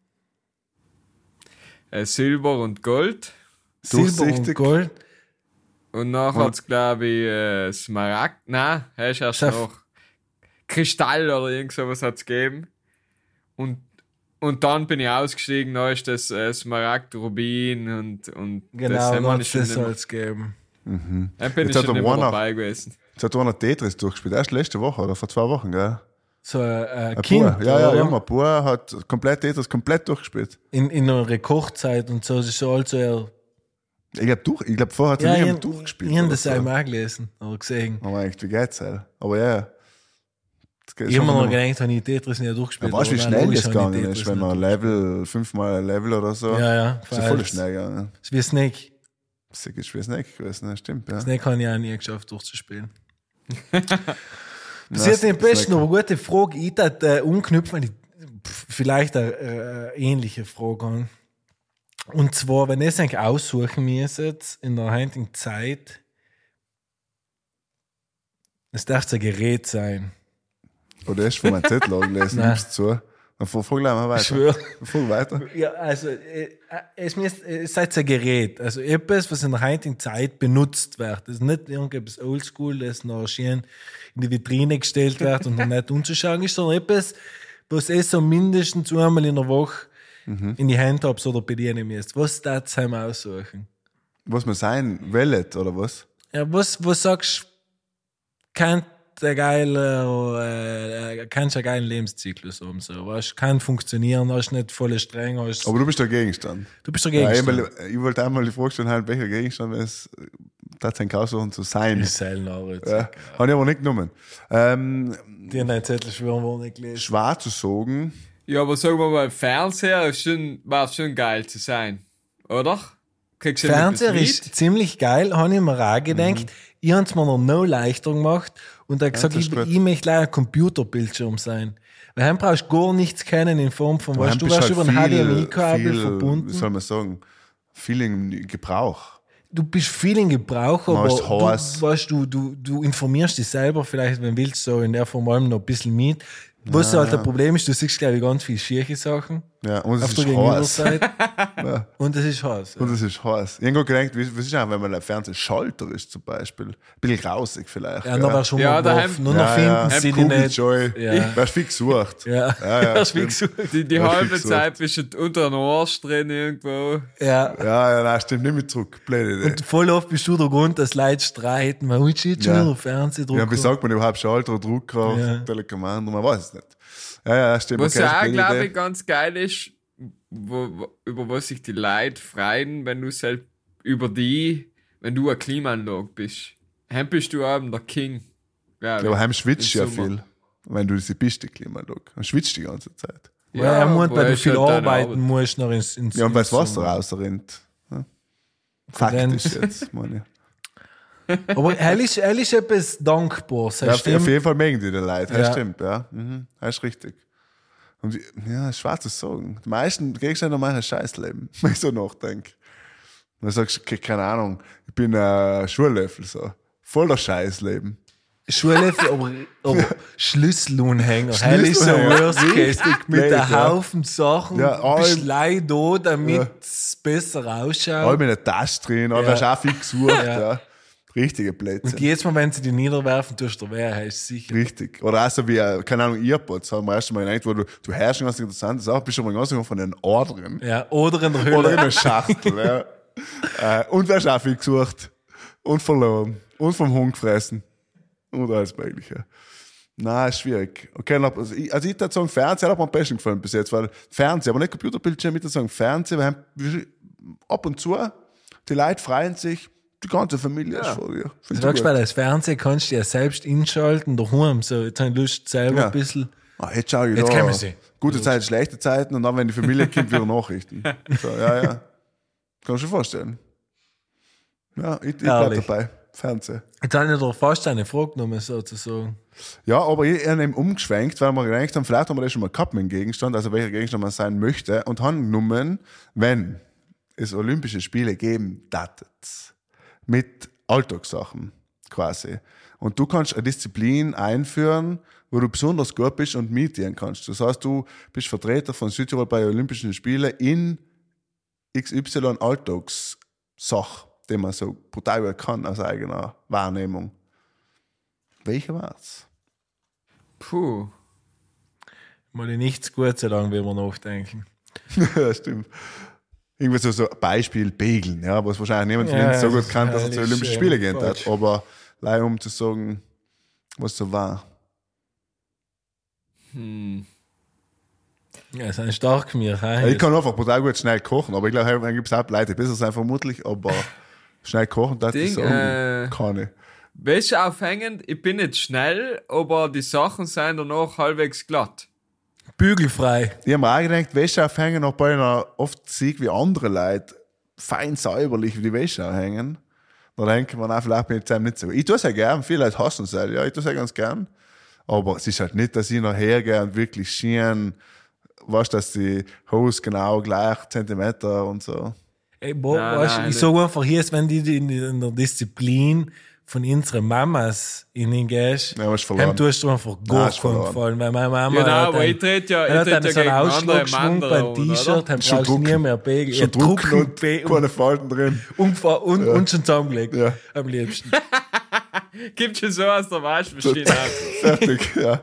Äh, Silber und Gold. Silber und Durchsichtig. Gold. Und nachher hat es, glaube ich, äh, Smaragd. Nein, er ist erst Chef. noch. Kristall oder irgend sowas hat es gegeben. Und, und dann bin ich ausgestiegen, da ist das äh, Smaragd, Rubin und, und das Genau, haben wir hat nicht es schon das nicht mehr- soll es geben. Dann bin Jetzt ich hat schon der nicht mehr Warner- dabei gewesen. Jetzt hat einer Tetris durchgespielt. Erst letzte Woche oder vor zwei Wochen, gell? So ein äh, Ein Kind, Bauer. Ja, ja, oder? immer. Bauer hat komplett Tetris komplett durchgespielt. In, in einer Rekochzeit und so. Das ist so also eher. Ich glaube, durch, ich glaub, vorher hat er Ja, nie ich, durchgespielt. ich habe oder das so. einmal gelesen oder gesehen. Aber eigentlich, wie geht's halt? Aber ja. Das geht Ich schon habe mir noch immer- gedacht, habe ich Tetris nicht durchgespielt. Ja, weißt du, wie aber schnell logisch das habe ich gegangen ist, Tetris wenn nicht man Level, fünfmal ein Level oder so. durchgespielt. Ja, ja. Das ist ja voll weil schnell gegangen. Es ist wie Snake. Das ist schwer Snake gewesen, ne? Stimmt, ja. Snake habe ich auch nie geschafft durchzuspielen. Na, Das ist jetzt nicht Snake- besten, aber gute Frage. Ich würde äh, umknüpfen, die, pf, vielleicht eine äh, ähnliche Frage an. Und zwar, wenn ihr es eigentlich aussuchen müsstet in der heutigen Zeit, es darf ein Gerät sein. Oder hast du von meinem Zettel angelesen? Nein. Nimmst du zu? Dann frag gleich mal Ich weiter. schwöre. Frag weiter. Ja, also äh, es, müsst, es seid ein Gerät, also etwas, was in der heutigen Zeit benutzt wird. Das ist nicht irgendetwas Oldschool, das noch schön in die Vitrine gestellt wird und dann nicht umzuschauen ist, sondern etwas, was ihr so mindestens einmal in der Woche in die Hand habt oder bedienen müsst. Was darfst du heim aussuchen? Was man sein Wallet oder was? Ja, was, was sagst du, kann der geile, äh, kannst einen geilen Lebenszyklus haben, so, weißt, kann funktionieren, hast nicht voll streng, hast, Aber du bist der Gegenstand. du bist der Ja, Gegenstand. einmal, ich wollte einmal die Frage stellen, halt, welcher Gegenstand es tatsächlich aussuchen zu sein. ist selten Ja, habe ich aber nicht genommen. Ähm, Die haben einen Zettel schwören wohl nicht gelesen. schwarz zu sagen, Ja, aber sagen wir mal, Fernseher ist schon, war schon geil zu sein. Oder? Kriegst du Fernseher etwas ist mit? ziemlich geil, habe ich mir auch gedacht. Ich habe es mir noch no leichter gemacht und habe gesagt, das ich, ist gut. ich möchte leider ein Computerbildschirm sein. Weil dann brauchst du gar nichts kennen in Form von, weißt dann du, bist warst halt über ein H D M viel- I-Kabel viel, verbunden. Wie soll man sagen? Viel im Gebrauch. Du bist viel in Gebrauch, Man aber ist heiß. du, weißt, du, du, du informierst dich selber vielleicht, wenn du willst, so in der Form allem noch ein bisschen mit. Was halt ein Problem ist, du siehst, glaube ich, ganz viele schierche Sachen Ja, und es auf der ist heiß. Gegenüberseite. Ja. Und es ist heiß. Ja. Und es ist heiß. Ich habe gedacht, wie- was ist auch, wenn man ein Fernsehschalter ist zum Beispiel? Ein bisschen grausig vielleicht. Ja, noch wärst du Ja, daheim- umgeworfen. Nur noch ja, finden ja. sie die Kugel nicht. Joy. Ja. Wärst viel gesucht. Ja, Ja, ja, das wie stimmt. gesagt. Die, die Ja, halbe fix so. Zeit bist du unter einem Arsch drin irgendwo. Ja. Ja, ja, nein, stimmt nicht mit zurück. Blöde Idee. Und voll oft bist du der Grund, dass Leute streiten. Man holt jetzt schon Ja. wieder Fernsehdrucker. Ja, wie sagt man überhaupt Schalter, Drucker, Ja. Telekommando, man weiß es nicht. Ja, ja, stimmt. Was okay, auch, blöde glaube Idee. ich, ganz geil ist, wo, wo, über was sich die Leute freuen, wenn du selbst über die, wenn du eine Klimaanlage bist. Dann bist du eben der King. Ja, aber heim schwitzt Im ja Sommer. viel. Wenn du diese bist, die Klimaanlage. Dann schwitzt die ganze Zeit. Ja, er muss, wo weil du ist viel halt deine arbeiten Arbeit? musst, noch ins, ins Ja, und weil das ins Wasser Sommer. rausrennt. Ja. Faktisch jetzt, meine ich. Aber er ist, er ist etwas Dankbares. Ja, Ja, auf, auf jeden stimmt. Fall mögen die die Leute. Ja, Ja. stimmt, ja. Mhm. Das ist richtig. Und die, ja, schwer zu sagen. Die meisten Gegenstände machen ein Scheißleben, wenn ich so nachdenke. Dann sagst du, okay, keine Ahnung, ich bin ein Schuhlöffel, so. Voller Scheißleben. Schulhilfe, aber, aber Schlüsselunhänger. Er ist so Schlüsselunhänger. worst case. Richtig Mit blöd, einem ja. Haufen Sachen. Ja, Du bist allem- leider da, damit Ja. es besser All ausschaut. mit einer Tasche drin, all Ja. wärst auch viel gesucht, Ja. ja. Richtige Plätze. Und jedes Mal, wenn sie die niederwerfen, tust du wer, heißt sicher. Richtig. Oder auch so wie, äh, keine Ahnung, Earpods, haben wir erst mal gedacht, wo du, du hörst schon ganz interessante Sachen, bist schon mal ganz von den Ordnern. Ja, oder in der Höhle. Oder in der Schachtel, ja. Äh, und wer Schaffi gesucht. Und verloren. Und vom Hund gefressen. Und alles Mögliche. Nein, ist schwierig. Okay, also ich, also ich würde sagen, Fernseher hat mir am besten gefallen bis jetzt, weil Fernseher, aber nicht Computerbildschirm, ich würde sagen, Fernseher, wir haben ab und zu, die Leute freuen sich, die ganze Familie ist vor dir. Du sagst, weil das Fernsehen kannst du ja selbst inschalten, daheim, so, jetzt habe ich Lust, selber Ja. ein bisschen. Ah, jetzt schau ich Jetzt da. kennen wir sie. Gute Zeiten, schlechte Zeiten und dann, wenn die Familie kommt, wieder Nachrichten. So, ja, ja. Kannst du dir vorstellen. Ja, ich, ich bleib Herrlich. dabei. Fernsehen. Jetzt habe ich dir fast eine Frage genommen, sozusagen. Ja, aber ich habe eben umgeschwenkt, weil wir gedacht haben, vielleicht haben wir das schon mal gehabt mit dem Gegenstand, also welcher Gegenstand man sein möchte, und haben genommen, wenn es Olympische Spiele geben darf, mit Alltagssachen quasi. Und du kannst eine Disziplin einführen, wo du besonders gut bist und mitdienen kannst. Das heißt, du bist Vertreter von Südtirol bei Olympischen Spielen in X Y Alltagssach, den man so brutal gut kann aus eigener Wahrnehmung. Welcher war's? Puh. Mal nichts gut, so lange wie wir nachdenken. Ja, stimmt. Irgendwie so, so Beispiel Pegeln, ja, was wahrscheinlich niemand von Ja, uns so das gut kann, dass er ist zu Olympischen schön Spielen gehen falsch. hat. Aber leider um zu sagen, was so war. Hm. Ja, das ist stark mir. Ja, ich kann einfach brutal gut schnell kochen, aber ich glaube, dann gibt es auch Leute, die besser sein vermutlich, aber schnell kochen, das Ding, ist so, äh, kann ich. Weißt du, aufhängend, ich bin nicht schnell, aber die Sachen sind danach halbwegs glatt. Bügelfrei. Ich habe mir auch gedacht, Wäsche aufhängen, noch bei einer oft sieht wie andere Leute fein säuberlich wie die Wäsche aufhängen. Da denkt man auch, vielleicht bin ich jetzt nicht so. Ich tue es ja gern, viele Leute hassen es halt, ja, ich tue es ja ganz gern. Aber es ist halt nicht, dass ich noch hergehe und wirklich schön, weißt dass die Hose genau gleich Zentimeter und so. Ey, boah, Nein, weißt, nein, ich nicht. sage einfach, hier ist, wenn du in, in der Disziplin von unseren Mamas ihingehst, Ja, hast verloren. dann tust du einfach Nein, gar hast keinen verloren. Gefallen, weil meine Mama Genau, hat aber ein- ich trete ja, ich hat trete dann ja so einen gegen andere Ausschlagschwung beim Männer, T-Shirt, oder? dann Schon brauchst du Druck. nie mehr Pegel. Ja, Schon Druck Drucken und, Pe- keine und, Falten drin. und, und, und schon zusammengelegt. Ja. Am liebsten. Gibt schon so aus der Waschmaschine. Fertig, ja.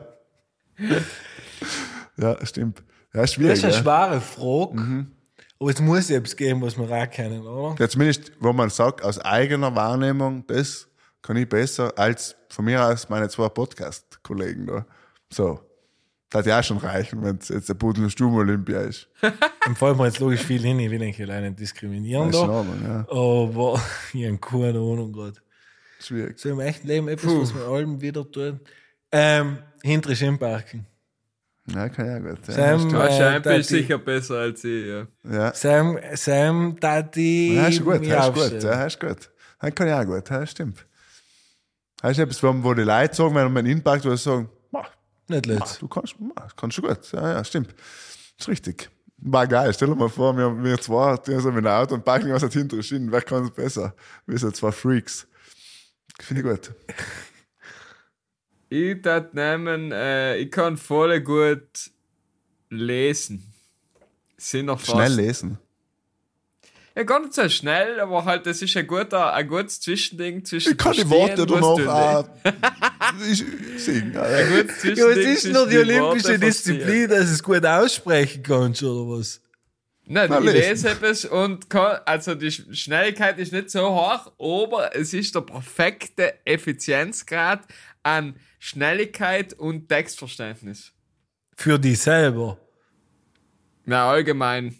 Ja, stimmt. Ja, Das schwierig. ist eine Ja. schwere Frage. Mhm. Aber es muss ja etwas geben, was wir auch kennen, oder? Ja, zumindest, wo man sagt, aus eigener Wahrnehmung, das kann ich besser als von mir aus meine zwei Podcast-Kollegen da. So. Das hat ja auch schon reichen, wenn es jetzt der Pudel- und Stuben-Olympia ist. Dann fällt mir jetzt logisch viel hin, ich will eigentlich alleine nicht diskriminieren Das ist in da. Ordnung, ja. Aber ich habe keine Ahnung gerade. Schwierig. So im echten Leben etwas, was wir allem wieder tun. Ähm, hintere Schimpfparken. Ja, kann ja gut. Ja, Sam, stimmt. äh, Wahrscheinlich Tati. sicher besser als ich, ja. ja. Sam, Sam, Tati. Ja, ist gut, mich ja, ist gut. aufstellen. Ja, ist gut. Das kann ja auch gut, ja, stimmt. Das ist etwas, wo die Leute sagen, wenn man einen Impact, wo sie sagen, mach, Nicht mach, letzt. du kannst, mach, kannst du gut. Ja, ja, stimmt. Ist richtig. War geil. Stell dir mal vor, wir, wir zwei, die sind mit dem Auto und packen was hat hinter Schienen. Wer kann es besser? Wir sind zwei Freaks. Finde ich gut. Ich tat nehmen, äh, ich kann voll gut lesen. Sind noch fast. Schnell lesen. Ja, gar nicht so schnell, aber halt, das ist ein guter, ein gutes Zwischending zwischen. Ich kann die verstehen, Worte was danach du auch ich, singen. Ja, Ein ja. gutes Ja, Zwischending es ist zwischen nur die olympische Worte verstehen. Disziplin, dass du es gut aussprechen kannst, oder was? Nein, Na, ich lesen. lese etwas und kann, also die Sch- Schnelligkeit ist nicht so hoch, aber es ist der perfekte Effizienzgrad an Schnelligkeit und Textverständnis. Für dich selber. Na, allgemein.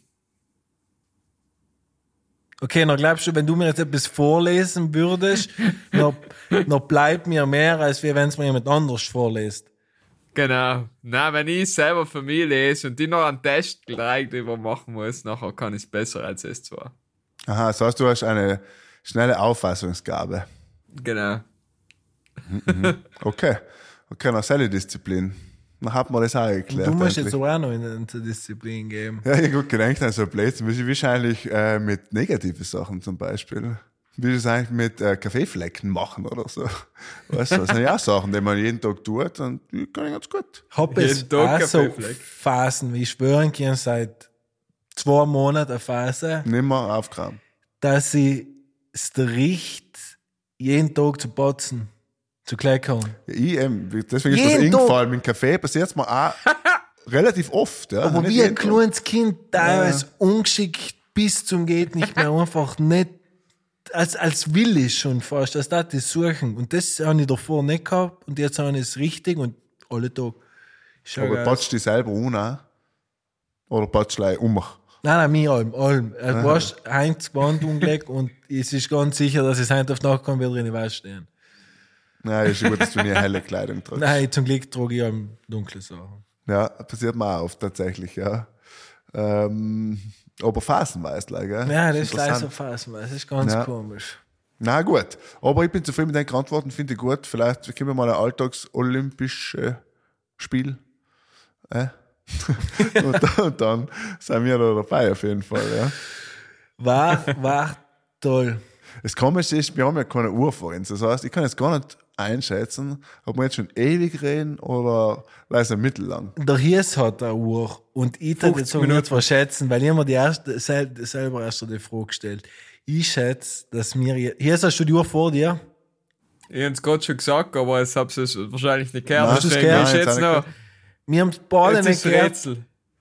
Okay, dann glaubst du, wenn du mir jetzt etwas vorlesen würdest, dann, dann bleibt mir mehr, als wie wenn es mir jemand anderes vorliest. Genau. Na, wenn ich selber für mich lese und die noch einen Test gleich drüber machen muss, nachher kann ich es besser als es zwar. Aha, das heißt, du hast eine schnelle Auffassungsgabe. Genau. Okay. Okay, noch Disziplin. Dann hat man das auch geklärt. Du musst endlich. jetzt aber auch noch in eine Disziplin geben. Ja, ich habe gut gedacht an so Blödsinn. Wie wahrscheinlich äh, mit negativen Sachen zum Beispiel. Wie das eigentlich mit äh, Kaffeeflecken machen oder so. Weißt du, das sind ja auch Sachen, die man jeden Tag tut und die kann ich ganz gut. Hab Jeden es Tag auch so Kaffeefleck. Phasen, wie ich schwören kann, seit zwei Monaten eine Phase, Nimmer aufkramen. dass ich es riecht jeden Tag zu putzen, zu kleckern. Ja, ich, ähm, deswegen ist Jeden das Tag. eingefallen. Mit dem Kaffee passiert es mir auch relativ oft. Ja. Aber Nicht wie ein jeden Tag. kleines Kind, teilweise ungeschickt bis zum geht nicht mehr, einfach nicht, als, als will ich schon fast, als das das suchen. Und das habe ich davor nicht gehabt und jetzt habe ich es richtig und alle Tag. Schau Aber geil. patschst du dich selber an auch? Oder patschst du gleich um? Nein, nein, mir allem, allem. Du hast eins Gewand umgelegt und es ist ganz sicher, dass es heute auf die Nacht kann, wieder in die Wäsche stehen. Nein, ist gut, dass du nie helle Kleidung trägst. Nein, zum Glück trage ich allem dunkle Sachen. Ja, passiert mir auch oft tatsächlich, ja. Ähm, aber phasenweise, like, gell? Ja, das ist leider interessant. so phasenweise, das ist ganz Ja. komisch. Na gut, aber ich bin zufrieden mit deinen Antworten, finde ich gut. Vielleicht können wir mal ein alltags-olympisches Spiel. Äh? und, dann, und dann sind wir da dabei auf jeden Fall. Ja. War, war toll. Das Komische ist, wir haben ja keine Uhr vor uns. Das heißt, ich kann jetzt gar nicht einschätzen, ob wir jetzt schon ewig reden oder leise mittellang. Der Hies hat eine Uhr und ich würde jetzt fünfzig nicht verschätzen, weil ich mir die erste, sel, selber erst die Frage gestellt. Ich schätze, dass wir, je- Hies, hast du die Uhr vor dir? Ich hab's gerade schon gesagt, aber es hab's es wahrscheinlich nicht gehört. Nein, hast du's Deswegen gehört? ist Nein, jetzt jetzt noch, auch Wir haben es beide jetzt nicht ist ein gehört Rätsel.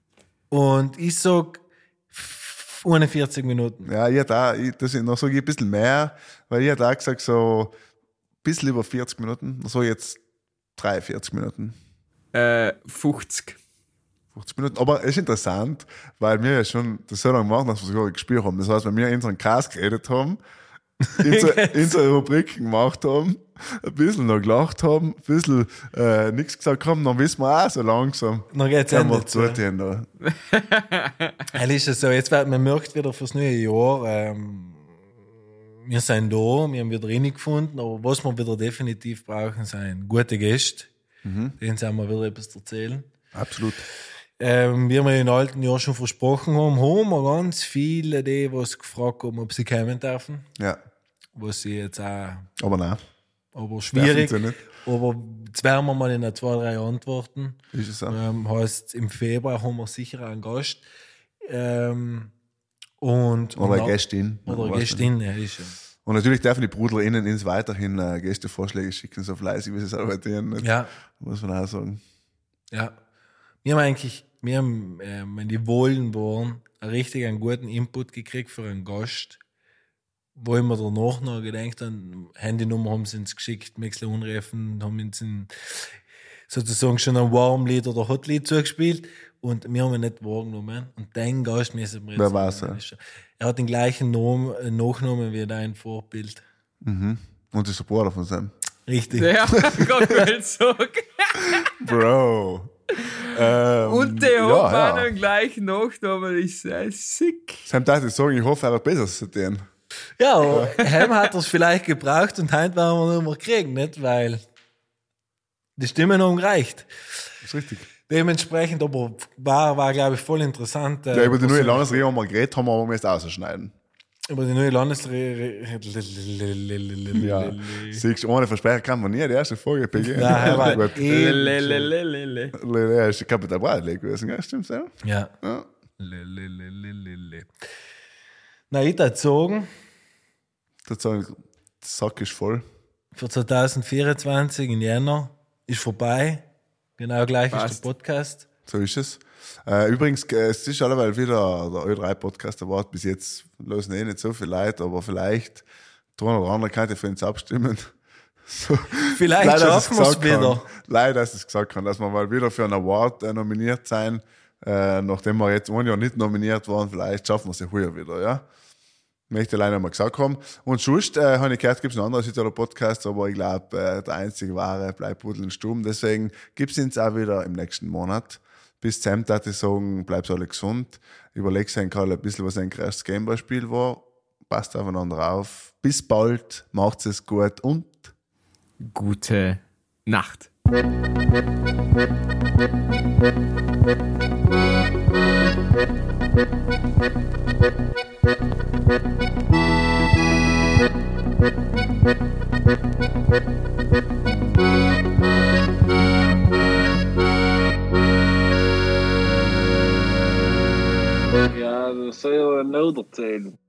und ich sag einundvierzig Minuten. Ja, ich hätte auch, ich, das noch sage ich ein bisschen mehr, weil ich hätte auch gesagt, so ein bisschen über vierzig Minuten, so jetzt dreiundvierzig Minuten. Äh, fünfzig. fünfzig Minuten. Aber es ist interessant, weil wir ja schon das so lange machen, dass wir sogar gespielt haben. Das heißt, wenn wir in unseren Cast geredet haben, unsere, unsere Rubriken gemacht haben, ein bisschen noch gelacht haben, ein bisschen äh, nichts gesagt haben, dann wissen wir auch so langsam, Dann geht's können wir endlich zu. zutun da. Ehrlich ist es so, jetzt wird man merkt wieder fürs neue Jahr, ähm, wir sind da, wir haben wieder rein gefunden, aber was wir wieder definitiv brauchen, sind gute Gäste. Denen sind wir wieder etwas zu erzählen. Absolut. Ähm, wie wir in den alten Jahren schon versprochen haben, haben wir ganz viele, die was gefragt haben, ob sie kommen dürfen. Ja, Was sie jetzt auch, aber nein, aber schwierig. Dürfen sie nicht. Aber jetzt werden wir mal in ein, zwei, drei antworten. ist es so. Ähm, heißt, im Februar haben wir sicher einen Gast. Ähm, und, Oder und eine Gästin. Oder Weiß eine nicht. Gästin, ja, ist ja. Und natürlich dürfen die BrudlerInnen uns weiterhin äh, Gästevorschläge schicken, so fleißig, wie sie es arbeiten. Nicht? Ja, Muss man auch sagen. ja. Wir haben eigentlich, wir haben, ähm, wenn die wollen waren, einen richtig einen guten Input gekriegt für einen Gast, wo ich mir danach noch gedacht habe, Handynummer haben sie uns geschickt, Mixler unrufen, haben uns ein, sozusagen schon ein Warmlied oder Hotlied zugespielt und wir haben ihn nicht wahrgenommen. Und dein Gast müssen wir jetzt Wer sagen, war's, ja? ist schon- Er hat den gleichen Namen, äh, Nachnamen wie dein Vorbild. Und die Supporter von Sam. Richtig. Ja, Gott will sagen. Bro. ähm, Und der ja, hat ja. meinen gleichen Nachnamen, ich sei sick. Sam darf ich sagen, ich hoffe, er hat besser zu tun. Ja, aber Helm hat es vielleicht gebraucht und heute werden wir noch mal kriegen, nicht? Weil die Stimmen haben gereicht. Das ist richtig. Dementsprechend, aber war, war glaube ich, voll interessant. äh, Ja, über die neue was- Landesregierung haben wir geredet, haben wir aber jetzt ausschneiden. Über die neue Landesregierung. Ja. Siehst du, ohne Versprechen kann man nie die erste Folge beginnen. Nein, aber Gut. eh, Lelelelelele. Ja, ist Kapital Bradley gewesen, gell? Stimmt's, ja? ja. Ja. Na, ich würde sagen, Das sagen, der Sack ist voll. für zwanzig vierundzwanzig in Jänner ist vorbei. Genau gleich ist Passt. der Podcast. So ist es. Äh, übrigens, äh, es ist alleweil wieder der Ö drei Podcast Award. Bis jetzt lösen eh nicht so viel Leute, aber vielleicht der eine oder andere kann ja für uns abstimmen. So. Vielleicht Leider, dass schaffen wir es gesagt haben. wieder. Leider, dass es gesagt haben, dass wir mal wieder für einen Award äh, nominiert sein. Äh, nachdem wir jetzt ein Jahr nicht nominiert waren, vielleicht schaffen wir es ja heuer wieder, ja. Möchte leider mal gesagt haben. Und sonst, äh, habe ich gehört, gibt es noch andere Südtiroler Podcasts, aber ich glaube, äh, der einzige wahre bleibt Buddeln Sturm. Deswegen gibt es uns auch wieder im nächsten Monat. Bis zum Ende sagen, bleibt alle gesund. Überlegt euch ein bisschen, was ein krasses Gameboy-Spiel war. Passt aufeinander auf. Bis bald, macht's es gut und Gute Nacht. Ja, dat zou je wel nodig zijn.